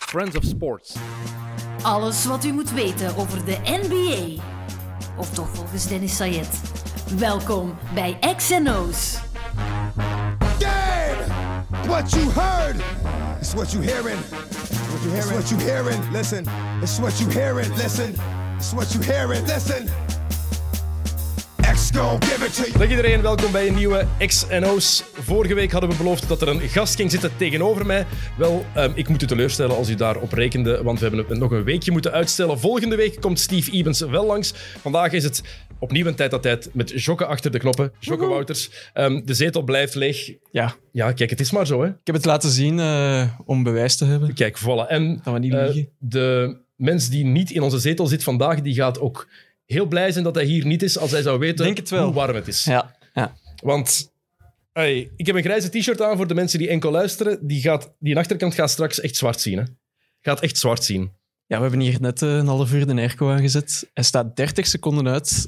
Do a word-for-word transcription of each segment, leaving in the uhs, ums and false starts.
Friends of Sports. Alles wat u moet weten over de N B A. Of toch volgens Dennis Sayed. Welkom bij X N O's. Damn! What you heard is what you hearing. What you hearing? It's what you hearing. Listen. It's what you hearing. Listen. It's what you hearing. Listen. X gon' give it to you. Dag iedereen, welkom bij een nieuwe X N O's. Vorige week hadden we beloofd dat er een gast ging zitten tegenover mij. Wel, um, ik moet u teleurstellen als u daarop rekende, want we hebben het nog een weekje moeten uitstellen. Volgende week komt Steve Ebens wel langs. Vandaag is het opnieuw een tijd dat tijd met Jokke achter de knoppen. Jokke Wouters. Um, de zetel blijft leeg. Ja. Ja, kijk, het is maar zo, hè. Ik heb het laten zien uh, om bewijs te hebben. Kijk, voilà. En dat we niet uh, liegen. De mens die niet in onze zetel zit vandaag, die gaat ook heel blij zijn dat hij hier niet is als hij zou weten hoe warm het is. Ja, ja. Want hey, ik heb een grijze t-shirt aan voor de mensen die enkel luisteren. Die, gaat, die achterkant gaat straks echt zwart zien. Hè? Gaat echt zwart zien. Ja, we hebben hier net uh, een half uur de airco aangezet. Hij staat dertig seconden uit.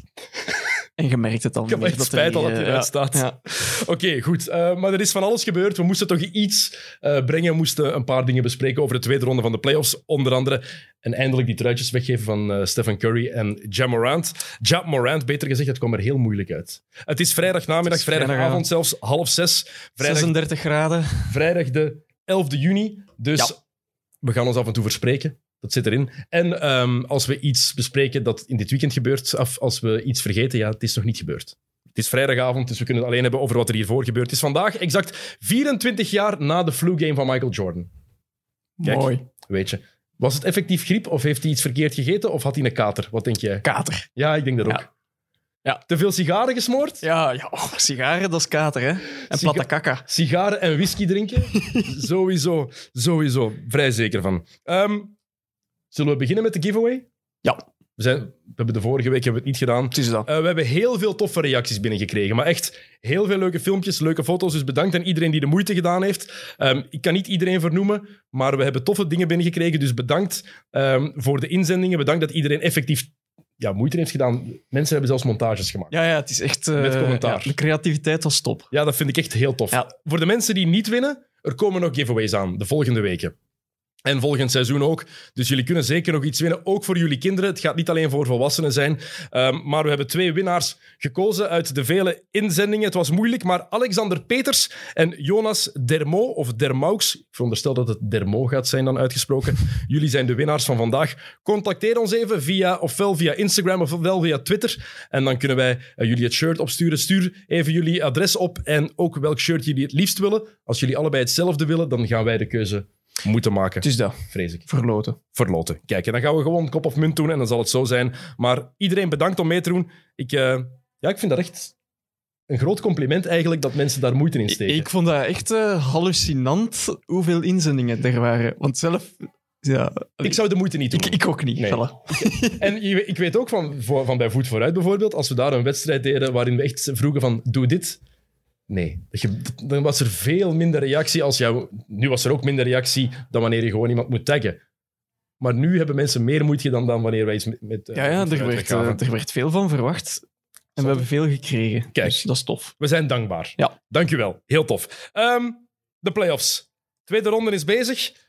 En je merkt het al niet. Ik heb echt spijt al dat hij eruit staat. Ja. Oké, okay, goed. Uh, maar er is van alles gebeurd. We moesten toch iets uh, brengen. We moesten een paar dingen bespreken over de tweede ronde van de playoffs. Onder andere. En eindelijk die truitjes weggeven van uh, Stephen Curry en Ja Morant. Ja Morant, beter gezegd, het kwam er heel moeilijk uit. Het is vrijdagnamiddag, is vrijdagavond zelfs, half zes. Vrijdag, zesendertig graden. Vrijdag de elfde juni. Dus ja. We gaan ons af en toe verspreken. Dat zit erin. En um, als we iets bespreken dat in dit weekend gebeurt, of als we iets vergeten, ja, het is nog niet gebeurd. Het is vrijdagavond, dus we kunnen het alleen hebben over wat er hiervoor gebeurd. Het is vandaag exact vierentwintig jaar na de flu-game van Michael Jordan. Kijk, mooi. Weet je. Was het effectief griep of heeft hij iets verkeerd gegeten of had hij een kater? Wat denk jij? Kater. Ja, ik denk dat ook. Ja. Ja. Te veel sigaren gesmoord? Ja, ja oh, sigaren, dat is kater, hè. En Siga- platte kaka. Sigaren en whisky drinken? sowieso, sowieso. Vrij zeker van. Um, zullen we beginnen met de giveaway? Ja. We, zijn, we hebben de vorige week hebben we het niet gedaan. Het is dat. Uh, we hebben heel veel toffe reacties binnengekregen. Maar echt heel veel leuke filmpjes, leuke foto's. Dus bedankt aan iedereen die de moeite gedaan heeft. Um, ik kan niet iedereen vernoemen, maar we hebben toffe dingen binnengekregen. Dus bedankt um, voor de inzendingen. Bedankt dat iedereen effectief ja, moeite heeft gedaan. Mensen hebben zelfs montages gemaakt. Ja, ja, het is echt... Uh, met commentaar. Ja, de creativiteit was top. Ja, dat vind ik echt heel tof. Ja. Voor de mensen die niet winnen, er komen nog giveaways aan de volgende weken. En volgend seizoen ook. Dus jullie kunnen zeker nog iets winnen. Ook voor jullie kinderen. Het gaat niet alleen voor volwassenen zijn. Um, maar we hebben twee winnaars gekozen uit de vele inzendingen. Het was moeilijk, maar Alexander Peters en Jonas Dermo, of Dermaux. Ik veronderstel dat het Dermo gaat zijn dan uitgesproken. Jullie zijn de winnaars van vandaag. Contacteer ons even via, ofwel via Instagram ofwel via Twitter. En dan kunnen wij uh, jullie het shirt opsturen. Stuur even jullie adres op en ook welk shirt jullie het liefst willen. Als jullie allebei hetzelfde willen, dan gaan wij de keuze moeten maken. Het is dat. Vrees ik. Verloten. Verloten. Kijk, en dan gaan we gewoon kop of munt doen en dan zal het zo zijn. Maar iedereen bedankt om mee te doen. Ik, uh, ja, ik vind dat echt een groot compliment eigenlijk dat mensen daar moeite in steken. Ik, ik vond dat echt uh, hallucinant hoeveel inzendingen er waren. Want zelf... Ja, ik zou de moeite niet doen. Ik, ik ook niet. Nee. Ik, en je, ik weet ook van, van bij Voet Vooruit bijvoorbeeld, als we daar een wedstrijd deden waarin we echt vroegen van doe dit... Nee, dan was er veel minder reactie als jou. Nu was er ook minder reactie dan wanneer je gewoon iemand moet taggen. Maar nu hebben mensen meer moeite dan, dan wanneer wij iets met... met ja, ja er, werd, uh, er werd veel van verwacht. En we hebben veel gekregen. Kijk, dus dat is tof. We zijn dankbaar. Ja. Dankjewel. Heel tof. Um, de playoffs. Tweede ronde is bezig.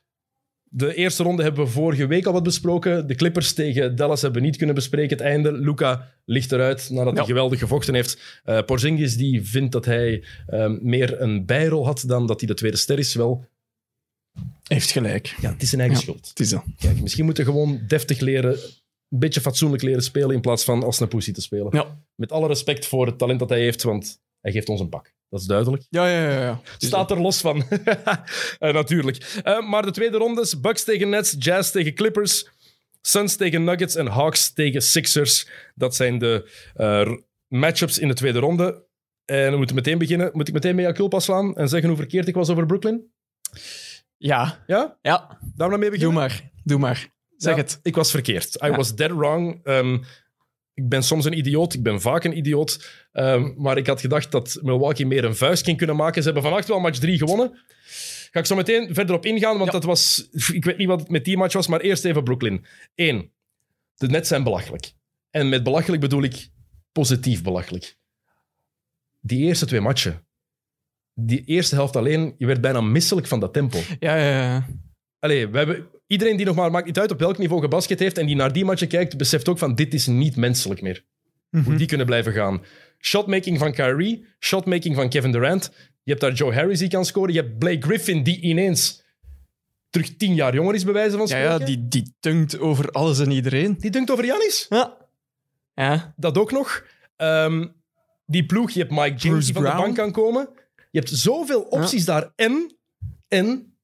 De eerste ronde hebben we vorige week al wat besproken. De Clippers tegen Dallas hebben we niet kunnen bespreken. Het einde. Luka ligt eruit nadat ja. hij geweldig gevochten heeft. Uh, Porzingis die vindt dat hij um, meer een bijrol had dan dat hij de tweede ster is. Wel, heeft gelijk. Ja, het is zijn eigen ja, schuld. Het is dat. Kijk, misschien moeten we gewoon deftig leren, een beetje fatsoenlijk leren spelen in plaats van als een poesie te spelen. Ja. Met alle respect voor het talent dat hij heeft, want hij geeft ons een pak. Dat is duidelijk. Ja, ja, ja. ja. Staat er los van. uh, natuurlijk. Uh, maar de tweede rondes. Bucks tegen Nets, Jazz tegen Clippers, Suns tegen Nuggets en Hawks tegen Sixers. Dat zijn de uh, matchups in de tweede ronde. En we moeten meteen beginnen. Moet ik meteen met jouw culpa slaan en zeggen hoe verkeerd ik was over Brooklyn? Ja. Ja? Ja. Daar maar mee beginnen? Doe maar. Doe maar. Zeg ja, het. Ik was verkeerd. I ja. was dead wrong. Um, Ik ben soms een idioot, ik ben vaak een idioot. Um, maar ik had gedacht dat Milwaukee meer een vuist ging kunnen maken. Ze hebben vannacht wel match drie gewonnen. Ga ik zo meteen verder op ingaan, want ja. dat was... Ik weet niet wat het met die match was, maar eerst even Brooklyn. Eén, de Nets zijn belachelijk. En met belachelijk bedoel ik positief belachelijk. Die eerste twee matchen. Die eerste helft alleen, je werd bijna misselijk van dat tempo. Ja, ja, ja. Allee, we hebben... Iedereen die nog maar, maakt niet uit op welk niveau gebasket heeft en die naar die matchen kijkt, beseft ook van dit is niet menselijk meer. Mm-hmm. Hoe die kunnen blijven gaan. Shotmaking van Kyrie, shotmaking van Kevin Durant. Je hebt daar Joe Harris die kan scoren. Je hebt Blake Griffin die ineens terug tien jaar jonger is, bij wijze van spreken. Ja, ja die, die dunkt over alles en iedereen. Die dunkt over Giannis. Ja. ja. Dat ook nog. Um, die ploeg, je hebt Mike James Bruce die van Brown. de bank kan komen. Je hebt zoveel opties ja. daar. En, en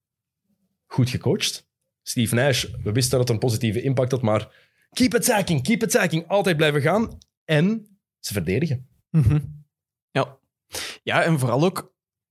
goed gecoacht. Steve Nash, we wisten dat het een positieve impact had, maar keep attacking, keep attacking. Altijd blijven gaan. En ze verdedigen. Mm-hmm. Ja. Ja, en vooral ook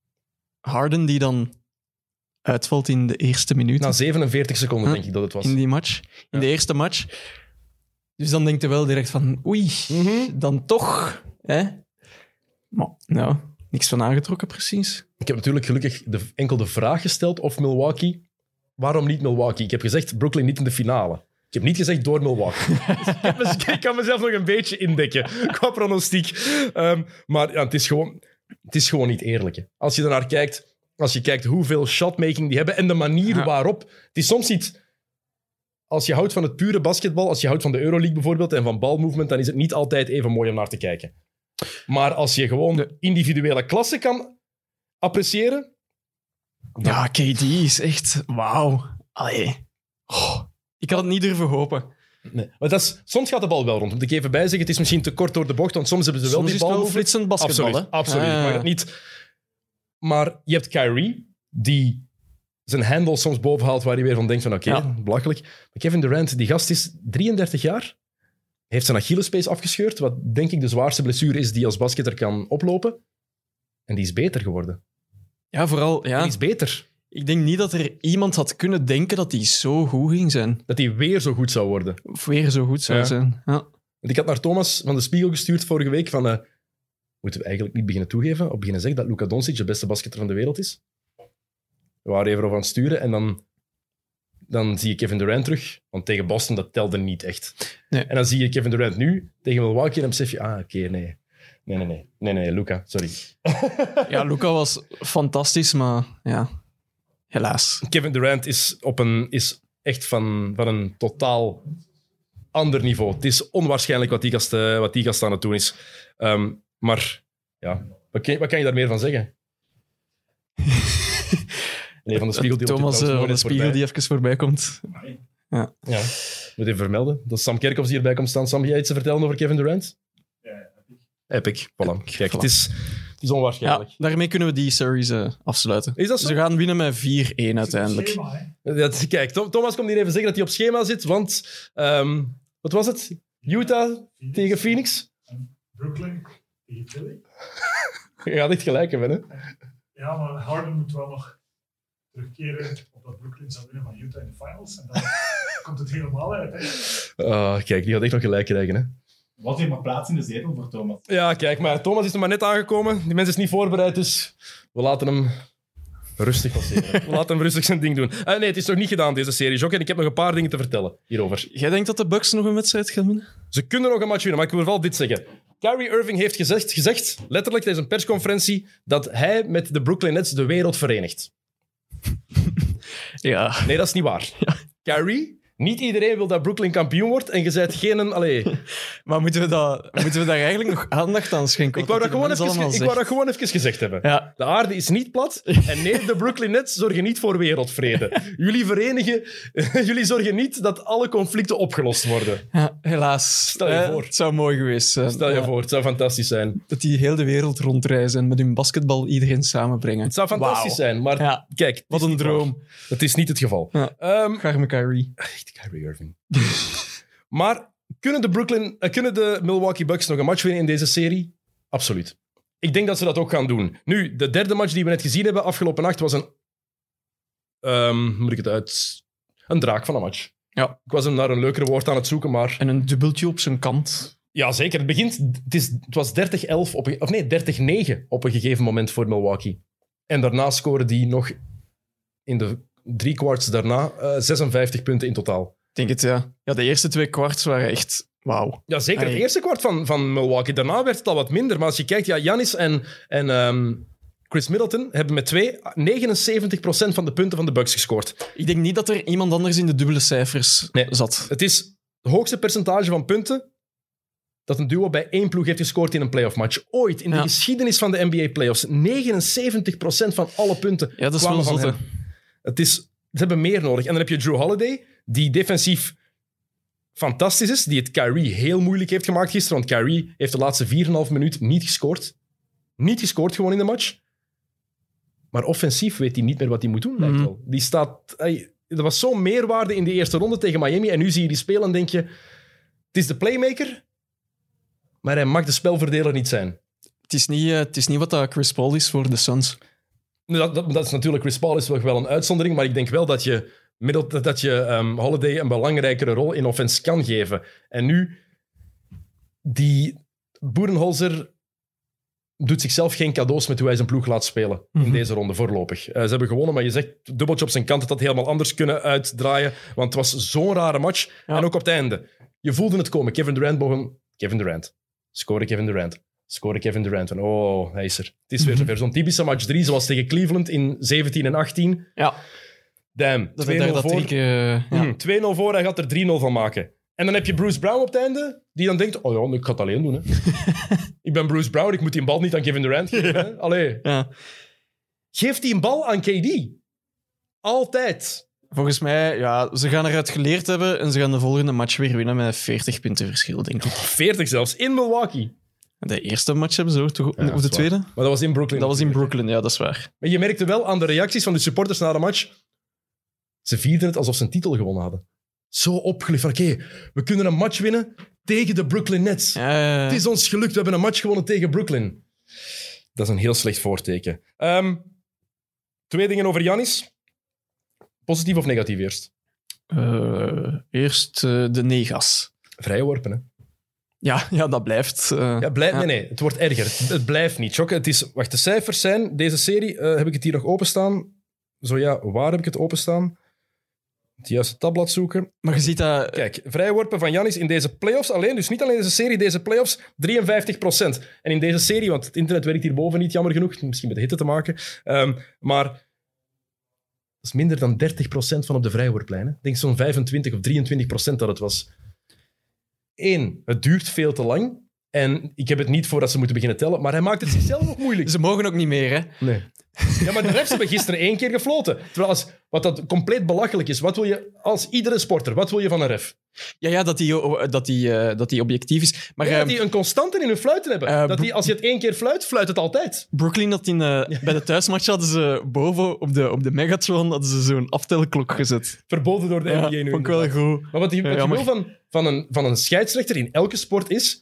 Harden die dan uitvalt in de eerste minuut. Na zevenenveertig seconden, huh? denk ik dat het was. In die match. In ja. de eerste match. Dus dan denkt hij wel direct van, oei, mm-hmm. dan toch. Hè? Maar nou, niks van aangetrokken precies. Ik heb natuurlijk gelukkig de, enkel de vraag gesteld of Milwaukee... Waarom niet Milwaukee? Ik heb gezegd Brooklyn niet in de finale. Ik heb niet gezegd door Milwaukee. Dus ik, heb, ik kan mezelf nog een beetje indekken qua pronostiek. Um, maar ja, het, is gewoon, het is gewoon niet eerlijk. Hè. Als je ernaar kijkt, als je kijkt hoeveel shotmaking die hebben en de manier ja. waarop... Het is soms niet... Als je houdt van het pure basketbal, als je houdt van de Euroleague bijvoorbeeld en van balmovement, dan is het niet altijd even mooi om naar te kijken. Maar als je gewoon de individuele klasse kan appreciëren... Ja, K D is echt... Wauw. Allee. Oh, ik had het niet durven hopen. Nee. Maar dat is, soms gaat de bal wel rond. Moet ik even bijzeggen, het is misschien te kort door de bocht, want soms hebben ze wel soms die bal... Soms is het wel flitsend basketbal, Absoluut, hè? absoluut. Ah, ik mag het niet. Maar je hebt Kyrie, die zijn handle soms bovenhaalt, waar hij weer van denkt van oké, okay, ja. belachelijk. Maar Kevin Durant, die gast is drieëndertig jaar, heeft zijn Achillespees afgescheurd, wat denk ik de zwaarste blessure is die als basketter kan oplopen. En die is beter geworden. Ja, vooral... Ja. Die is beter. Ik denk niet dat er iemand had kunnen denken dat hij zo goed ging zijn. Dat hij weer zo goed zou worden. Of weer zo goed zou ja. zijn. Ja. Want ik had naar Thomas van de Spiegel gestuurd vorige week van... Uh, moeten we eigenlijk niet beginnen toegeven of beginnen zeggen dat Luka Doncic de beste basketter van de wereld is? We waren even over aan het sturen en dan, dan zie je Kevin Durant terug. Want tegen Boston, dat telde niet echt. Nee. En dan zie je Kevin Durant nu tegen Milwaukee en dan besef je... Ah, oké, okay, nee. Nee, nee, nee. Nee, nee, Luka, sorry. Ja, Luka was fantastisch, maar ja... Helaas. Kevin Durant is, op een, is echt van, van een totaal ander niveau. Het is onwaarschijnlijk wat die gast, uh, wat die gast aan het doen is. Um, maar ja, wat kan, wat kan je daar meer van zeggen? Nee, van de Spiegel die Thomas uh, van de Spiegel voorbij. Die even voorbij komt. Ja. Ja, ik moet even vermelden. Dat is Sam Kerkhoffs die erbij komt staan. Sam, heb jij iets te vertellen over Kevin Durant? Ja, epic. Epic, voilà. Kijk, voilà. Het is... Het is onwaarschijnlijk. Ja, daarmee kunnen we die series uh, afsluiten. Is dat zo? Ze gaan winnen met vier-één uiteindelijk. Schema, ja, kijk, Thomas komt hier even zeggen dat hij op schema zit, want... Um, wat was het? Utah Phoenix. tegen Phoenix? En Brooklyn tegen Philly. Je gaat echt gelijk hebben, hè? Ja, maar Harden moet wel nog terugkeren op dat Brooklyn zou winnen van Utah in de finals. En dan komt het helemaal uit. Hè? Oh, kijk, die gaat echt nog gelijk krijgen, hè? Wat heeft maar plaats in de zetel voor Thomas? Ja, kijk, maar Thomas is nog maar net aangekomen. Die mens is niet voorbereid, dus we laten hem rustig passeren. We laten hem rustig zijn ding doen. Uh, nee, het is nog niet gedaan, deze serie, Jock. En ik heb nog een paar dingen te vertellen hierover. Jij denkt dat de Bucks nog een wedstrijd gaan winnen? Ze kunnen nog een match winnen, maar ik wil vooral dit zeggen. Kyrie Irving heeft gezegd, gezegd letterlijk tijdens een persconferentie, dat hij met de Brooklyn Nets de wereld verenigt. Ja. Nee, dat is niet waar. Ja. Kyrie... Niet iedereen wil dat Brooklyn kampioen wordt en je bent geen... Allee. Maar moeten we, dat, moeten we daar eigenlijk nog aandacht aan schenken? Ik wou dat, gewoon even, ik wou dat gewoon even gezegd hebben. Ja. De aarde is niet plat en nee, de Brooklyn Nets zorgen niet voor wereldvrede. Jullie verenigen... Jullie zorgen niet dat alle conflicten opgelost worden. Ja, helaas. Stel je voor. Eh, het zou mooi geweest zijn. Stel je ja. voor, het zou fantastisch zijn. Dat die heel de wereld rondreizen en met hun basketbal iedereen samenbrengen. Het zou fantastisch wow. zijn, maar ja. kijk... Wat een droom. Dat is niet het geval. Ja. Um, Garme Kyrie. Echt, Kyrie Irving. Maar kunnen de, Brooklyn, uh, kunnen de Milwaukee Bucks nog een match winnen in deze serie? Absoluut. Ik denk dat ze dat ook gaan doen. Nu, de derde match die we net gezien hebben, afgelopen nacht, was een... Um, moet ik het uit... Een draak van een match. Ja. Ik was hem naar een leukere woord aan het zoeken, maar... En een dubbeltje op zijn kant. Ja, zeker. Het begint... Het, is, het was dertig elf, op een, of nee, dertig negen op een gegeven moment voor Milwaukee. En daarna scoren die nog in de drie kwarts daarna uh, zesenvijftig punten in totaal. Ik denk het, ja. Ja, de eerste twee kwarts waren echt... Wauw. Ja, zeker. Hey. Het eerste kwart van, van Milwaukee. Daarna werd het al wat minder. Maar als je kijkt, ja, Giannis en, en, um, Chris Middleton hebben met twee negenenzeventig procent van de punten van de Bucks gescoord. Ik denk niet dat er iemand anders in de dubbele cijfers Nee. zat. Het is het hoogste percentage van punten dat een duo bij één ploeg heeft gescoord in een playoff match. Ooit in de Ja. geschiedenis van de N B A playoffs. negenenzeventig procent van alle punten Ja, dat is kwamen wel van zot, hem. Het is, ze hebben meer nodig. En dan heb je Drew Holiday, die defensief fantastisch is, die het Kyrie heel moeilijk heeft gemaakt gisteren, want Kyrie heeft de laatste vier en een half minuut niet gescoord. Niet gescoord gewoon in de match. Maar offensief weet hij niet meer wat hij moet doen, lijkt Mhm. wel. Die staat... Ey, er was zo'n meerwaarde in de eerste ronde tegen Miami en nu zie je die spelen en denk je... Het is de playmaker, maar hij mag de spelverdeler niet zijn. Het is niet, uh, het is niet wat dat Chris Paul is voor de Suns. Dat, dat, dat is natuurlijk... Chris Paul is wel een uitzondering, maar ik denk wel dat je, middel, dat je um, Holiday een belangrijkere rol in offense kan geven. En nu... Die Budenholzer doet zichzelf geen cadeaus met hoe hij zijn ploeg laat spelen in Mhm. deze ronde voorlopig. Uh, ze hebben gewonnen, maar je zegt dubbeltje op zijn kant dat dat helemaal anders kunnen uitdraaien, want het was zo'n rare match. Ja. En ook op het einde. Je voelde het komen. Kevin Durant begon... Kevin Durant. Scoorde Kevin Durant. Scoorde Kevin Durant. En oh, hij is er. Het is weer zover. Zo'n typische match drie, zoals tegen Cleveland in zeventien en achttien. Ja, Damn. dat hij daar twee nul dat voor. trick... uh, ja. Mhm, twee nul voor, hij gaat er drie nul van maken. En dan heb je Bruce Brown op het einde, die dan denkt, oh ja, ik ga het alleen doen. Hè. Ik ben Bruce Brown, ik moet die bal niet aan Kevin Durant geven. Hè. Allee. Ja. Geef die een bal aan K D. Altijd. Volgens mij, ja, ze gaan eruit geleerd hebben en ze gaan de volgende match weer winnen met veertig punten verschil, denk ik. veertig zelfs, in Milwaukee. De eerste match hebben ze ook, toch? Ja, of dat de is waar. tweede? Maar dat was in Brooklyn. Dat was in Brooklyn, ja, dat is waar. Maar je merkte wel aan de reacties van de supporters na de match, ze vierden het alsof ze een titel gewonnen hadden. Zo opgelucht van, oké, we kunnen een match winnen tegen de Brooklyn Nets. Ja, ja, ja. Het is ons gelukt, we hebben een match gewonnen tegen Brooklyn. Dat is een heel slecht voorteken. Ehm, twee dingen over Giannis. Positief of negatief eerst? Uh, eerst uh, de negas. Vrije worpen, hè? Ja, ja, dat blijft. uh, Ja, blijf, ja. Nee, nee, het wordt erger. Het, het blijft niet. Chokke, het is, wacht, de cijfers zijn... Deze serie, uh, heb ik het hier nog openstaan? Zo ja, waar heb ik het openstaan? Het juiste tabblad zoeken. Maar je ziet dat... Kijk, vrije worpen van Giannis in deze playoffs alleen, dus niet alleen deze serie, deze playoffs, drieënvijftig procent. En in deze serie, want het internet werkt hierboven niet, jammer genoeg, misschien met de hitte te maken, um, maar dat is minder dan dertig procent van op de vrijworplijn. Hè. Ik denk zo'n vijfentwintig of drieëntwintig procent dat het was. Eén, het duurt veel te lang. En ik heb het niet voor dat ze moeten beginnen tellen, maar hij maakt het zichzelf nog moeilijk. Ze mogen ook niet meer, hè. Nee. Ja, maar de refs hebben gisteren één keer gefloten. Terwijl als, wat dat compleet belachelijk is. Wat wil je als iedere sporter? Wat wil je van een ref? Ja, ja dat die, dat die, uh, dat die objectief is. Maar Ja, uh, dat die een constante in hun fluiten hebben. Uh, dat die, als je het één keer fluit, fluit het altijd. Brooklyn had in, uh, bij de thuismatch hadden ze boven op de, op de Megatron hadden ze zo'n aftelklok gezet. Verboden door de Ja, N B A nu. vond ik wel inderdaad. goed. Maar wat je, wat Ja, je jammer. wil van, van, een, van een scheidsrechter in elke sport is...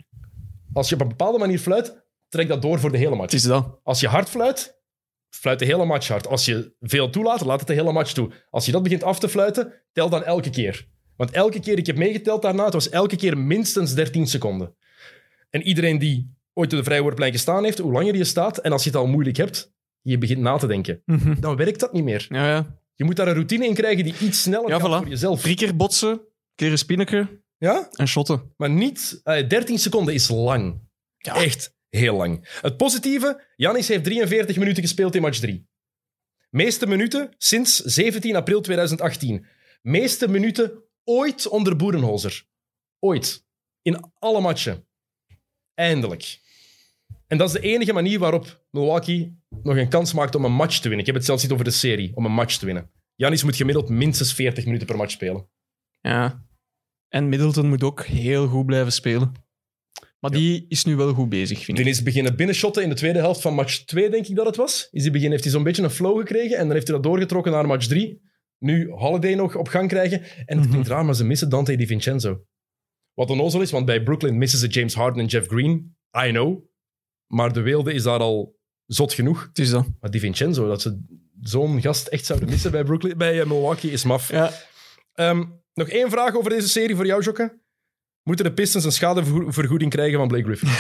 Als je op een bepaalde manier fluit, trek dat door voor de hele match. Het is dat. Als je hard fluit, fluit de hele match hard. Als je veel toelaat, laat het de hele match toe. Als je dat begint af te fluiten, tel dan elke keer. Want elke keer, ik heb meegeteld daarna, het was elke keer minstens dertien seconden. En iedereen die ooit op de vrijworplijn gestaan heeft, hoe langer je staat, en als je het al moeilijk hebt, je begint na te denken, Mhm. dan werkt dat niet meer. Ja, ja. Je moet daar een routine in krijgen die iets sneller Ja, gaat voilà. voor jezelf. Drie keer botsen, een keer een spinnetje Ja? en shotten. Maar niet... eh, dertien seconden is lang. Ja. Echt heel lang. Het positieve, Giannis heeft drieënveertig minuten gespeeld in match drie. Meeste minuten sinds zeventien april tweeduizend achttien. Meeste minuten ooit onder Budenholzer. Ooit. In alle matchen. Eindelijk. En dat is de enige manier waarop Milwaukee nog een kans maakt om een match te winnen. Ik heb het zelfs niet over de serie, om een match te winnen. Giannis moet gemiddeld minstens veertig minuten per match spelen. Ja. En Middleton moet ook heel goed blijven spelen. Maar die is nu wel goed bezig, vind Die ik. is beginnen binnenshotten in de tweede helft van match twee, denk ik dat het was. Is die begin, heeft hij zo'n beetje een flow gekregen en dan heeft hij dat doorgetrokken naar match drie. Nu Holiday nog op gang krijgen. En het klinkt raar, maar ze missen Dante DiVincenzo. Wat onnozel is, want bij Brooklyn missen ze James Harden en Jeff Green. I know. Maar de weelde is daar al zot genoeg. Het is dat. Maar DiVincenzo, dat ze zo'n gast echt zouden missen bij, Brooklyn, bij uh, Milwaukee, is maf. Ja. Um, nog één vraag over deze serie voor jou, Jokke. Moeten de Pistons een schadevergoeding krijgen van Blake Griffin?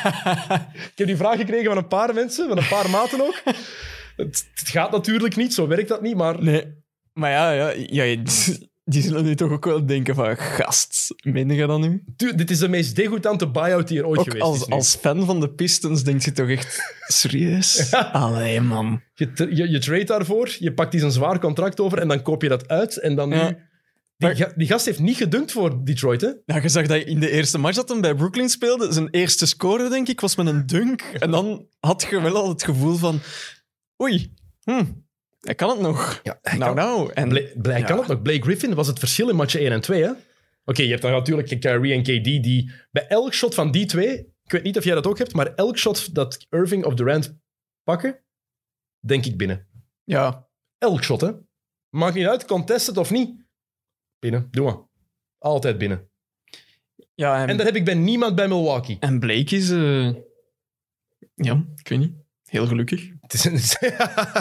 Ik heb die vraag gekregen van een paar mensen, van een paar maten ook. Het, het gaat natuurlijk niet, zo werkt dat niet, maar... Nee. Maar ja, ja, ja die zullen nu toch ook wel denken van, gast, meen je dat nu? Tu- dit is de meest degoutante buyout die er ooit Ook geweest als, is nu. als fan van de Pistons denk je toch echt, serieus? Allee, man. Je, tra- je, je trade daarvoor, je pakt die een zwaar contract over en dan koop je dat uit. En dan Ja. nu... Die, ga- die gast heeft niet gedunkt voor Detroit, hè? Ja, je zag dat in de eerste match dat hij bij Brooklyn speelde, zijn eerste score, denk ik, was met een dunk. En dan had je wel al het gevoel van, oei, hm, hij kan het nog. Ja, hij nou, kan- nou. En, Bla- Bla- hij ja. kan het nog. Blake Griffin was het verschil in matchen één en twee, hè? Oké, okay, je hebt dan natuurlijk Kyrie en K D die... Bij elk shot van die twee, ik weet niet of jij dat ook hebt, maar elk shot dat Irving of Durant pakken, denk ik binnen. ja, Elk shot, hè? Maakt niet uit, contested of niet. Binnen, doe maar. Altijd binnen. ja, en, En dat heb ik bij niemand bij Milwaukee. en Blake is, eh, ja, ik weet niet, heel gelukkig. Het is een-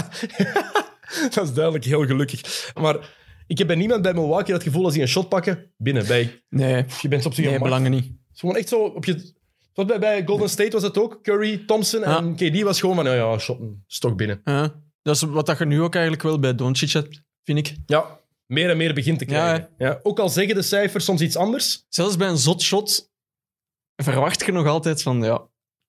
dat is duidelijk heel gelukkig. Maar ik heb bij niemand bij Milwaukee dat gevoel als die een shot pakken, binnen. Bij, Nee, je bent op zich nee een belangen niet. Het is gewoon echt zo op je... Wat bij, bij Golden State was het ook. Curry, Thompson en Ja. K D was gewoon van, ja, ja, shot, stok binnen. Ja, dat is wat dat je nu ook eigenlijk wel bij Doncic hebt, vind ik. Ja, meer en meer begint te krijgen. Ja, ook al zeggen de cijfers soms iets anders. Zelfs bij een zot shot verwacht je nog altijd van, ja,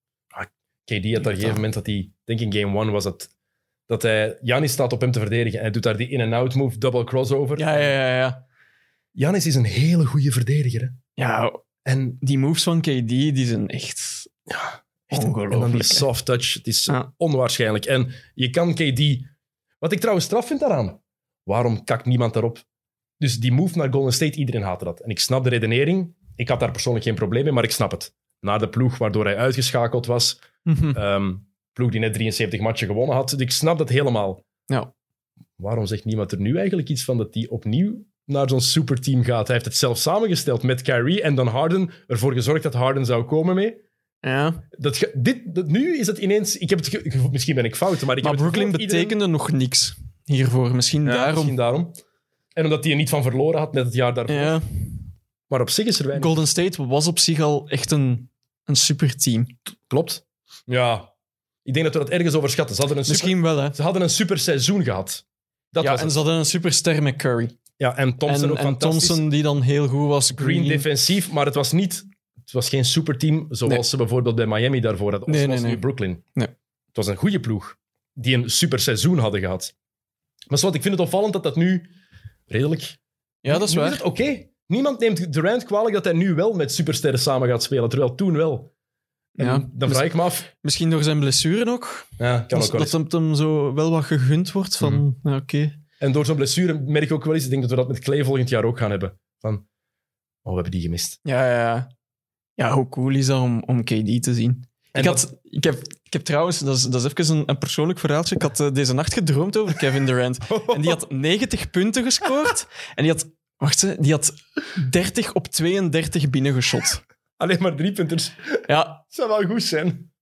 K D had daar op een gegeven moment dat hij, ik denk in game one was het, dat hij, Giannis staat op hem te verdedigen en hij doet daar die in-and-out move, double crossover. ja, ja, ja. ja. Giannis is een hele goede verdediger. Hè? Ja, En die moves van K D, die zijn echt, echt, ongelooflijk. en dan die hè. soft touch, het is Ja. onwaarschijnlijk. En je kan K D... Wat ik trouwens straf vind daaraan, waarom kakt niemand daarop? Dus die move naar Golden State, iedereen haatte dat. En ik snap de redenering. Ik had daar persoonlijk geen probleem mee, maar ik snap het. Na de ploeg waardoor hij uitgeschakeld was, Mhm. Ehm, ploeg die net drieënzeventig matchen gewonnen had. Dus ik snap dat helemaal. Ja. Waarom zegt niemand er nu eigenlijk iets van dat hij opnieuw naar zo'n superteam gaat? Hij heeft het zelf samengesteld met Kyrie en dan Harden. Ervoor gezorgd dat Harden zou komen mee. Ja. Dat, ge- dit, dat, nu is het ineens... Ik heb het ge- gevoel, misschien ben ik fout, maar ik Maar heb het Brooklyn gevoel dat betekende nog niks hiervoor. Misschien iedereen- Ja, daarom. Misschien daarom. En omdat hij er niet van verloren had net het jaar daarvoor. Ja. Maar op zich is er weinig. Golden State was op zich al echt een, een superteam. Klopt. Ja. Ik denk dat we dat ergens overschatten. Ze hadden een super, Misschien wel, hè. ze hadden een super seizoen gehad. Dat Ja, was en het. ze hadden een superster met Curry. Ja, en Thompson En, ook en fantastisch. Thompson die dan heel goed was. Green defensief, maar het was niet... Het was geen superteam zoals Nee. ze bijvoorbeeld bij Miami daarvoor hadden. Of Nee, zoals nee, nu nee. Brooklyn. Nee. Het was een goede ploeg die een super seizoen hadden gehad. Maar zo, ik vind het opvallend dat dat nu redelijk... Ja, dat is Nu waar. het Oké. Niemand neemt Durant kwalijk dat hij nu wel met supersterren samen gaat spelen, terwijl toen wel. En Ja, dan vraag ik me af... Misschien door zijn blessure ook. Ja, kan dat ook wel eens. dat hem, hem zo wel wat gegund wordt van, Mhm. ja, oké. En door zo'n blessure merk ik ook wel eens, ik denk dat we dat met Clay volgend jaar ook gaan hebben. Van, oh, we hebben die gemist. Ja, ja, ja. Ja, hoe cool is dat om, om K D te zien? En Ik, had, ik, heb, ik heb trouwens, dat is, dat is even een, een persoonlijk verhaaltje. Ik had eh, deze nacht gedroomd over Kevin Durant. En die had negentig punten gescoord. En die had, wacht, hè, die had dertig op tweeëndertig binnengeschot. Alleen maar drie punters. Ja, zou wel goed zijn.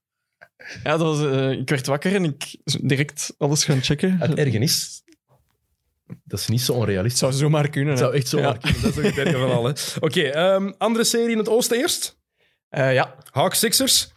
ja dat was, eh, ik werd wakker en ik direct alles gaan checken. Het erge is, dat is niet zo onrealistisch. Het zou zomaar kunnen. Het hè. zou echt zo Ja. maar kunnen. Dat is ook het erge van al. hè. Oké, ehm, andere serie in het oosten eerst. Eh, ja. Hawks Sixers.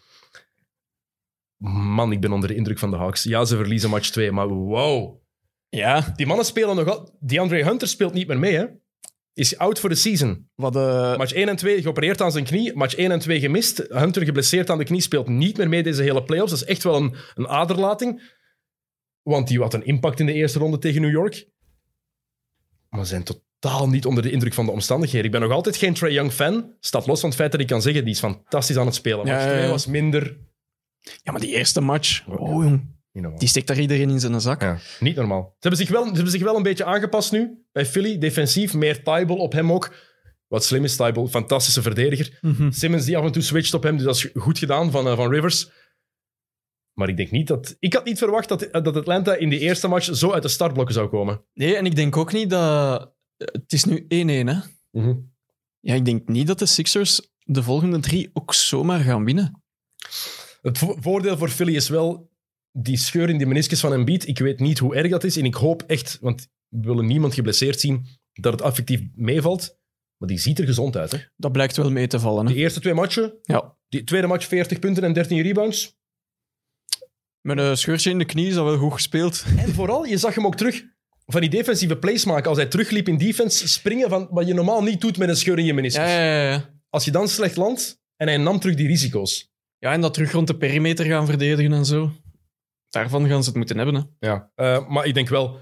Man, ik ben onder de indruk van de Hawks. Ja, ze verliezen match twee, maar wow. Ja, Die mannen spelen nog al... DeAndre Hunter speelt niet meer mee, hè. Is out for the season. wat eh, Match één en twee geopereerd aan zijn knie. Match één en twee gemist. Hunter geblesseerd aan de knie, speelt niet meer mee deze hele playoffs. Dat is echt wel een, een aderlating. Want die had een impact in de eerste ronde tegen New York. Maar ze zijn totaal niet onder de indruk van de omstandigheden. Ik ben nog altijd geen Trae Young fan. Staat los van het feit dat ik kan zeggen, die is fantastisch aan het spelen. Ja, Match ja, ja. twee was minder... ja, maar die eerste match, oh jong, Niet normaal. die steekt daar iedereen in zijn zak. Ja, niet normaal. Ze hebben, zich wel, ze hebben zich wel een beetje aangepast nu bij Philly. Defensief, meer Tybal op hem ook. Wat slim is, Tybal. Fantastische verdediger. Mhm. Simmons die af en toe switcht op hem, dus dat is goed gedaan van, uh, van Rivers. Maar ik denk niet dat... Ik had niet verwacht dat, dat Atlanta in die eerste match zo uit de startblokken zou komen. Nee, en ik denk ook niet dat... Het is nu één-één, hè? Ja, ik denk niet dat de Sixers de volgende drie ook zomaar gaan winnen. Het vo- voordeel voor Philly is wel die scheur in die meniscus van Embiid. Ik weet niet hoe erg dat is en ik hoop echt, want we willen niemand geblesseerd zien, dat het effectief meevalt. Maar die ziet er gezond uit. Hè? Dat blijkt wel mee te vallen, hè? De eerste twee matchen, Ja. die tweede match veertig punten en dertien rebounds. Met een scheurtje in de knie is dat wel goed gespeeld. En vooral, je zag hem ook terug. van die defensieve plays maken. Als hij terugliep in defense, springen van wat je normaal niet doet met een scheur in je meniscus. Ja, ja, ja. Als je dan slecht landt en hij nam terug die risico's. Ja, en dat terug rond de perimeter gaan verdedigen en zo. Daarvan gaan ze het moeten hebben. Hè. Ja. Uh, maar ik denk wel...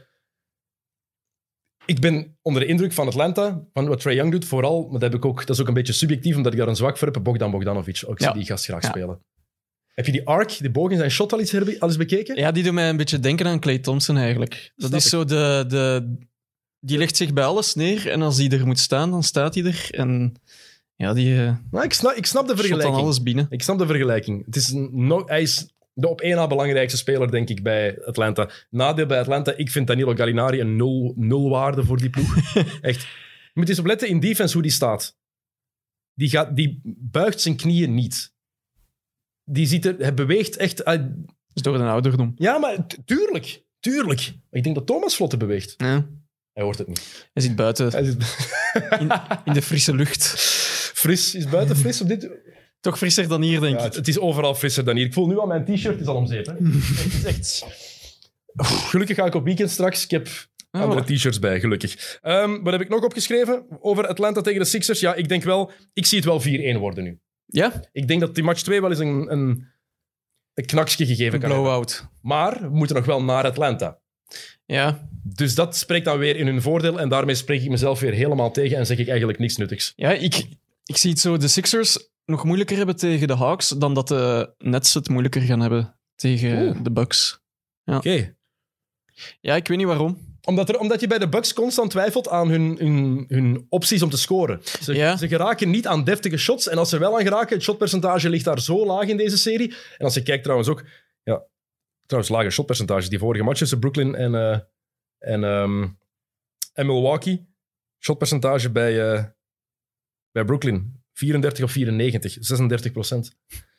Ik ben onder de indruk van Atlanta, van wat Trae Young doet, vooral, maar dat, heb ik ook, dat is ook een beetje subjectief, omdat ik daar een zwak voor heb, Bogdan Bogdanovic. Ook Ja. die gast graag Ja. spelen. Heb je die arc, die boog in zijn shot al eens, herbe- al eens bekeken? Ja, die doet mij een beetje denken aan Klay Thompson eigenlijk. Dat Snap is ik. zo de, de... Die legt zich bij alles neer en als hij er moet staan, dan staat hij er. En ja, die uh, Nou, ik, snap, ik snap de shot dan vergelijking. alles binnen. Ik snap de vergelijking. Het is een no, hij is de op één na belangrijkste speler, denk ik, bij Atlanta. Nadeel bij Atlanta, ik vind Danilo Gallinari een nul, nulwaarde voor die ploeg. Echt. Je moet eens opletten in defense hoe die staat. Die, gaat, die buigt zijn knieën niet. Die ziet er, hij beweegt echt... uit- Dus door de ouderdom. Ja, maar t- tuurlijk. Tuurlijk. Maar ik denk dat Thomas vlotte beweegt. Ja. Hij hoort het niet. Hij zit buiten Hij zit in, in de frisse lucht. fris. Is buiten fris op dit... Toch frisser dan hier, denk Ja, ik. het, het is overal frisser dan hier. Ik voel nu aan mijn t-shirt, het is al om zeep. Hè. Het is echt... Gelukkig ga ik op weekend straks. Ik heb Ah, andere voilà. t-shirts bij, gelukkig. Ehm, wat heb ik nog opgeschreven over Atlanta tegen de Sixers? Ja, ik denk wel... Ik zie het wel vier-één worden nu. Ja, Ik denk dat die match twee wel eens een, een, een knaksje gegeven een kan hebben. blow-out. Maar we moeten nog wel naar Atlanta. Ja. Dus dat spreekt dan weer in hun voordeel. En daarmee spreek ik mezelf weer helemaal tegen en zeg ik eigenlijk niks nuttigs. Ja, ik, ik zie het zo de Sixers nog moeilijker hebben tegen de Hawks dan dat de Nets het moeilijker gaan hebben tegen Oeh. de Bucks. Oké. Ja, ik weet niet waarom. Omdat, er, omdat je bij de Bucks constant twijfelt aan hun, hun, hun opties om te scoren. Ze, Ja. ze geraken niet aan deftige shots. En als ze wel aan geraken, het shotpercentage ligt daar zo laag in deze serie. En als je kijkt trouwens ook... Ja, trouwens, lage shotpercentages. Die vorige match tussen Brooklyn en, eh, en, ehm, en Milwaukee. Shotpercentage bij, eh, bij Brooklyn. vierendertig op vierennegentig. zesendertig procent.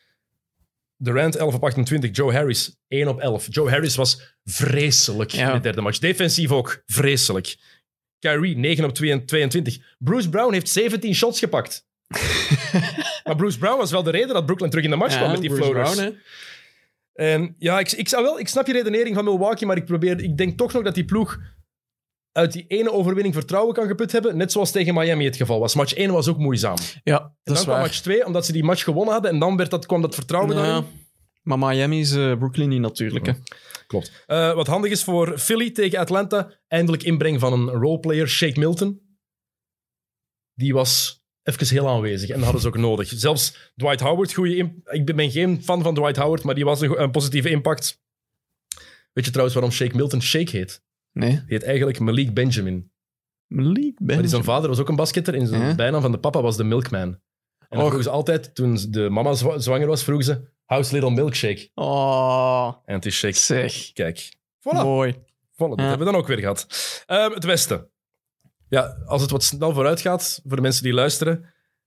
Durant elf op achtentwintig. Joe Harris één op elf. Joe Harris was vreselijk Ja. in de derde match. Defensief ook vreselijk. Kyrie negen op tweeëntwintig. Bruce Brown heeft zeventien shots gepakt. Maar Bruce Brown was wel de reden dat Brooklyn terug in de match kwam Ja, met die Bruce floaters. Brown, hè. En ja, ik, ik, zou wel, ik snap je redenering van Milwaukee, maar ik, probeer, ik denk toch nog dat die ploeg uit die ene overwinning vertrouwen kan geput hebben, net zoals tegen Miami het geval was. Match één was ook moeizaam. Ja, En dat dan is kwam waar. match twee, omdat ze die match gewonnen hadden, en dan werd dat, kwam dat vertrouwen Ja, daarin. maar Miami is eh, Brooklyn niet natuurlijk. Hè. Klopt. Uh, wat handig is voor Philly tegen Atlanta, eindelijk inbreng van een roleplayer, Shake Milton. Die was even heel aanwezig en dat hadden ze ook nodig. Zelfs Dwight Howard, goede imp- ik ben geen fan van Dwight Howard, maar die was een, go- een positieve impact. Weet je trouwens waarom Shake Milton Shake heet? Nee. Hij heet eigenlijk Malik Benjamin. Malik Maar die zijn Benjamin. vader was ook een basketter en zijn Ja. bijnaam van de papa was de Milkman. En dan Och. vroegen ze altijd, toen de mama zwa- zwanger was, vroegen ze, how's little milkshake? Oh, En het is Shake. zeg. Kijk. Voilà. Mooi. Voilà, dat Ja. hebben we dan ook weer gehad. Ehm, het Westen. Ja, als het wat snel vooruit gaat, voor de mensen die luisteren,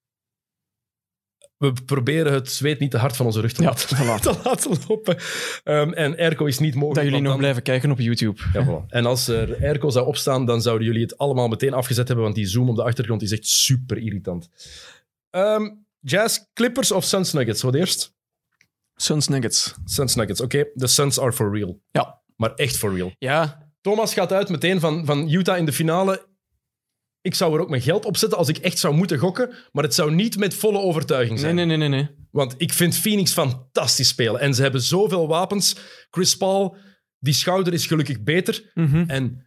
we proberen het zweet niet te hard van onze rug te, Ja, laten, voilà. te laten lopen. Ehm, en airco is niet mogelijk. Dat jullie want nog dan- blijven kijken op YouTube. Ja, voilà. En als er airco zou opstaan, dan zouden jullie het allemaal meteen afgezet hebben, want die zoom op de achtergrond is echt super irritant. Ehm, Jazz, Clippers of Suns Nuggets? Wat eerst? Suns Nuggets. Suns Nuggets, oké. De Suns are for real. Ja. Maar echt for real. Ja, Thomas gaat uit meteen van, van Utah in de finale. Ik zou er ook mijn geld op zetten als ik echt zou moeten gokken, maar het zou niet met volle overtuiging nee, zijn. nee, nee, nee. nee. Want ik vind Phoenix fantastisch spelen. En ze hebben zoveel wapens. Chris Paul, die schouder is gelukkig beter. Mhm. En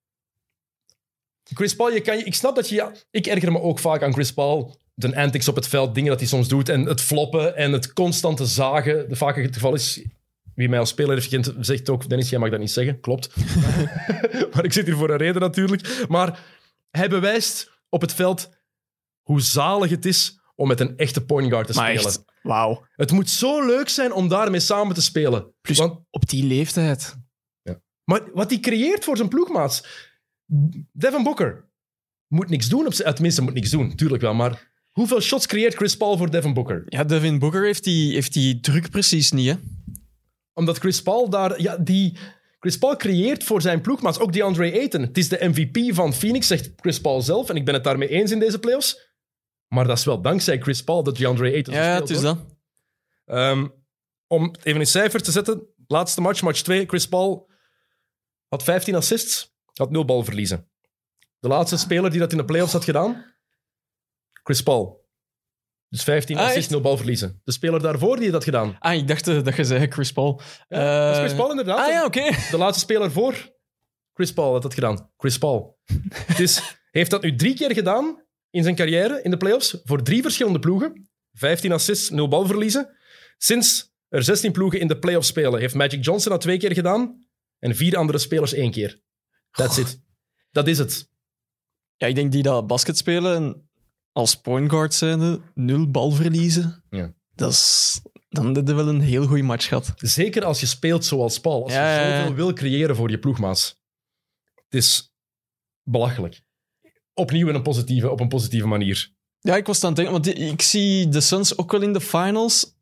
Chris Paul, je kan, je- ik snap dat je... Ja, ik erger me ook vaak aan Chris Paul. De antics op het veld, dingen dat hij soms doet. En het floppen en het constante zagen. Dat vaak het geval is... Wie mij als speler heeft gekend, zegt ook... Dennis, jij mag dat niet zeggen. Klopt. Maar ik zit hier voor een reden natuurlijk. Maar hij bewijst op het veld hoe zalig het is om met een echte point guard te Maar spelen. echt, wauw. Het moet zo leuk zijn om daarmee samen te spelen. Plus Want, op die leeftijd. maar wat hij creëert voor zijn ploegmaats... Devin Booker moet niks doen. Op zijn, tenminste, moet niks doen. Tuurlijk wel, maar... Hoeveel shots creëert Chris Paul voor Devin Booker? Ja, Devin Booker heeft die, heeft die druk precies niet, hè. Omdat Chris Paul daar... Ja, die... Chris Paul creëert voor zijn ploegmaats. Ook DeAndre Ayton. Het is de M V P van Phoenix, zegt Chris Paul zelf. En ik ben het daarmee eens in deze playoffs. Maar dat is wel dankzij Chris Paul dat DeAndre Ayton Ja, speelt, het is hoor. dat. Ehm, om even een cijfer te zetten. Laatste match, match twee. Chris Paul had vijftien assists. had nul balverliezen. De laatste speler die dat in de playoffs had gedaan, Chris Paul. Dus vijftien Ah, assists, echt? nul balverliezen. De speler daarvoor die dat gedaan. Ah, ik dacht eh, dat je zei Chris Paul. Ja, dat is Eh, Chris Paul inderdaad. Ah ja, oké. De laatste speler voor Chris Paul had dat gedaan. Chris Paul. Het is, hij heeft dat nu drie keer gedaan in zijn carrière in de playoffs voor drie verschillende ploegen. vijftien assists, nul balverliezen. Sinds er zestien ploegen in de playoffs spelen, heeft Magic Johnson dat twee keer gedaan en vier andere spelers één keer. That's it. Dat is het. Ja, ik denk die dat basket spelen en als point guard zijnde nul bal verliezen. Ja. Dat is, dan heb je wel een heel goede match gehad. Zeker als je speelt zoals Paul. Als Ja, je ja, ja. zoveel wil creëren voor je ploegmaats. Het is belachelijk. Opnieuw in een positieve, op een positieve manier. Ja, ik was aan het denken, want die- ik zie de Suns ook wel in de finals.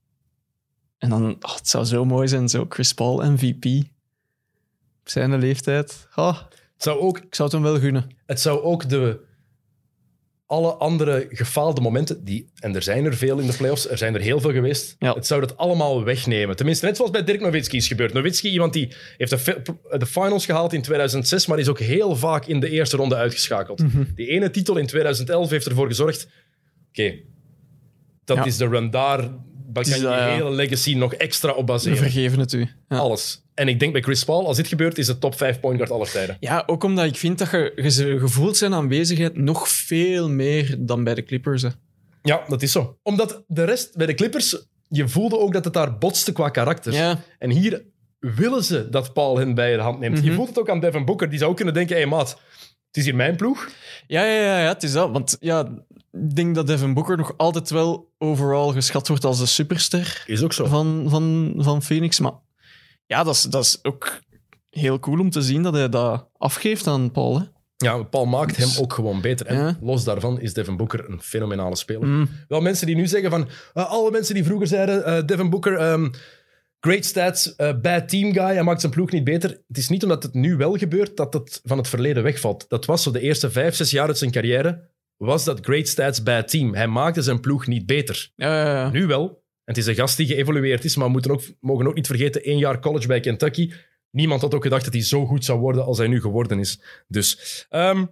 En dan, oh, het zou zo mooi zijn, zo Chris Paul M V P. Op zijn leeftijd. Oh, Het zou ook, ik zou het hem wel gunnen. het zou ook de... Alle andere gefaalde momenten, die, en er zijn er veel in de playoffs, er zijn er heel veel geweest, Ja. het zou dat allemaal wegnemen. Tenminste, net zoals bij Dirk Nowitzki is gebeurd. Nowitzki, iemand die heeft de, fi- de finals gehaald in tweeduizend zes, maar is ook heel vaak in de eerste ronde uitgeschakeld. Mhm. Die ene titel in tweeduizend elf heeft ervoor gezorgd... Oké, dat Ja. is de run daar. Daar is, kan je je uh, hele legacy nog extra op We baseren. vergeven het u. Ja. Alles. En ik denk bij Chris Paul, als dit gebeurt, is het top vijf point guard aller tijden. Ja, ook omdat ik vind dat je, je gevoeld zijn aanwezigheid nog veel meer dan bij de Clippers. Hè. Ja, dat is zo. Omdat de rest, bij de Clippers, je voelde ook dat het daar botste qua karakter. Ja, En hier willen ze dat Paul hen bij de hand neemt. Je Mhm. voelt het ook aan Devin Booker. Die zou ook kunnen denken, hé hey, maat, het is hier mijn ploeg. ja, ja, ja, ja, het is dat. Want ja, ik denk dat Devin Booker nog altijd wel overal geschat wordt als de superster Is ook zo. van, van, van Phoenix. Maar ja, dat is, dat is ook heel cool om te zien dat hij dat afgeeft aan Paul. Hè. Ja, Paul maakt hem ook gewoon beter. En Ja. los daarvan is Devin Booker een fenomenale speler. Mm. Wel mensen die nu zeggen van... uh, alle mensen die vroeger zeiden... uh, Devin Booker, um, great stats, uh, bad team guy, hij maakt zijn ploeg niet beter. Het is niet omdat het nu wel gebeurt dat het van het verleden wegvalt. Dat was zo de eerste vijf, zes jaar uit zijn carrière. Was dat great stats, bad team. Hij maakte zijn ploeg niet beter. Ja, ja, ja. Nu wel. En het is een gast die geëvolueerd is, maar we moeten ook, mogen ook niet vergeten, één jaar college bij Kentucky. Niemand had ook gedacht dat hij zo goed zou worden als hij nu geworden is. Dus... Um,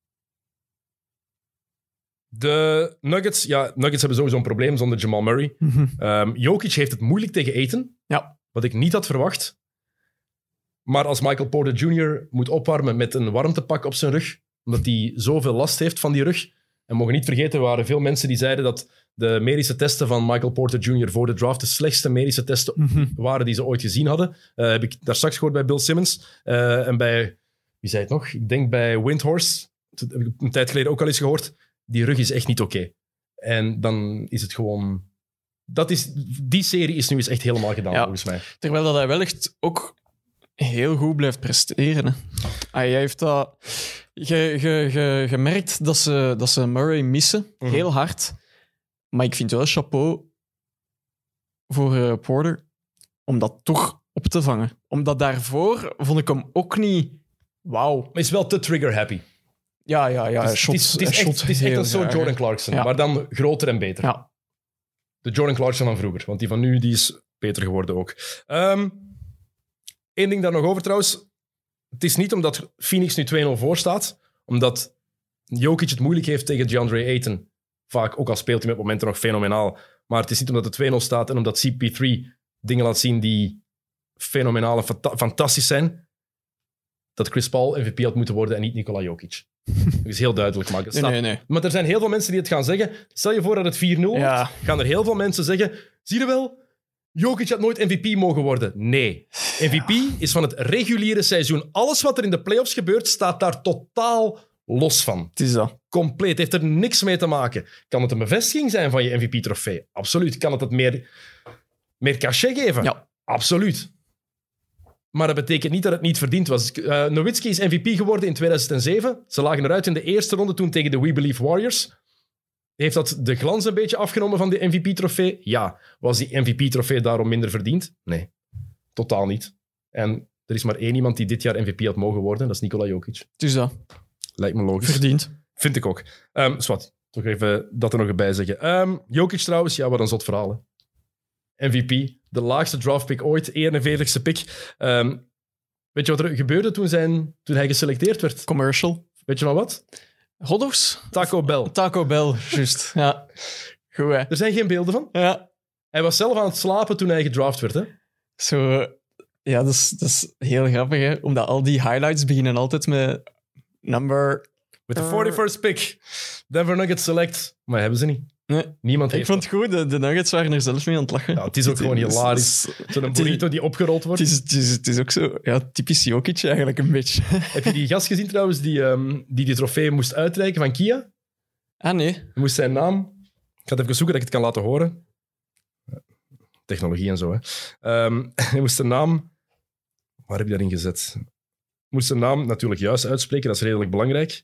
de Nuggets, ja, Nuggets hebben sowieso een probleem zonder Jamal Murray. Mhm. Um, Jokic heeft het moeilijk tegen Ayton, Ja. wat ik niet had verwacht. Maar als Michael Porter junior moet opwarmen met een warmtepak op zijn rug, omdat hij zoveel last heeft van die rug. En we mogen niet vergeten, er waren veel mensen die zeiden dat de medische testen van Michael Porter junior voor de draft de slechtste medische testen Mhm. waren die ze ooit gezien hadden. Uh, heb ik daar straks gehoord bij Bill Simmons. Uh, en bij, wie zei het nog? Ik denk bij Windhorst. Dat heb ik een tijd geleden ook al eens gehoord. Die rug is echt niet oké. Okay. En dan is het gewoon... Dat is, die serie is nu eens echt helemaal gedaan, Ja. volgens mij. Terwijl dat hij wel echt ook heel goed blijft presteren. Hè. Hij heeft dat... Je, je, je, gemerkt dat ze, dat ze Murray missen, Mhm. heel hard. Maar ik vind wel chapeau voor uh, Porter om dat toch op te vangen. Omdat daarvoor vond ik hem ook niet... Wauw. Maar hij is wel te trigger-happy. Ja, ja, ja. Het Hij is, shot, het is, het is hij echt, shot het is echt heel een soort graag, Jordan hè. Clarkson, Ja. maar dan groter en beter. Ja. De Jordan Clarkson van vroeger, want die van nu die is beter geworden ook. Eén ding daar nog over trouwens. Het is niet omdat Phoenix nu twee nul voor staat, omdat Jokic het moeilijk heeft tegen DeAndre Ayton. Vaak, ook al speelt hij met momenten nog fenomenaal. Maar het is niet omdat het twee nul staat en omdat C P drie dingen laat zien die fenomenaal en fanta- fantastisch zijn, dat Chris Paul M V P had moeten worden en niet Nikola Jokic. Dat is heel duidelijk maken. Het Nee, staat- nee, nee. Maar er zijn heel veel mensen die het gaan zeggen. Stel je voor dat het vier nul wordt, Ja. gaan er heel veel mensen zeggen, zie je wel, Jokic had nooit M V P mogen worden. Nee. M V P is van het reguliere seizoen. Alles wat er in de playoffs gebeurt, staat daar totaal los van. Het is dat. Compleet. Heeft er niks mee te maken. Kan het een bevestiging zijn van je M V P-trofee? Absoluut. Kan het het meer, meer cachet geven? Ja. Absoluut. Maar dat betekent niet dat het niet verdiend was. Uh, Nowitzki is M V P geworden in tweeduizend zeven. Ze lagen eruit in de eerste ronde toen tegen de We Believe Warriors. Heeft dat de glans een beetje afgenomen van de M V P-trofee? Ja. Was die M V P-trofee daarom minder verdiend? Nee. Totaal niet. En er is maar één iemand die dit jaar M V P had mogen worden. Dat is Nikola Jokic. Het is dat. Lijkt me logisch. Verdiend. Vind ik ook. Um, Swat, toch even dat er nog bij zeggen. Um, Jokic trouwens, ja, wat een zot verhaal. Hè. M V P, de laagste draftpick ooit, eenenveertigste pick. Um, Weet je wat er gebeurde toen, zijn, toen hij geselecteerd werd? Commercial. Weet je van wat? Hotdogs? Taco Bell. Taco Bell, juist. Ja. Goed, hè. Er zijn geen beelden van. Ja. Hij was zelf aan het slapen toen hij gedraft werd. Hè? Zo... Ja, dat is, dat is heel grappig, hè. Omdat al die highlights beginnen altijd met number... With the forty-first pick. Denver Nuggets select. Maar hebben ze niet. Nee. Niemand Ik heeft vond het goed, de, de Nuggets waren er zelf mee aan het lachen. Ja, het is ook gewoon hilarisch. Zo'n burrito die opgerold wordt. Het is, het, is, het is ook zo, ja, typisch Jokic eigenlijk een beetje. Heb je die gast gezien trouwens, die um, die, die trofee moest uitreiken van Kia? Ah, nee. Hij moest zijn naam... Ik ga het even zoeken dat ik het kan laten horen. Technologie en zo, hè. Um, hij moest zijn naam... Waar heb je dat in gezet? Hij moest zijn naam natuurlijk juist uitspreken, dat is redelijk belangrijk.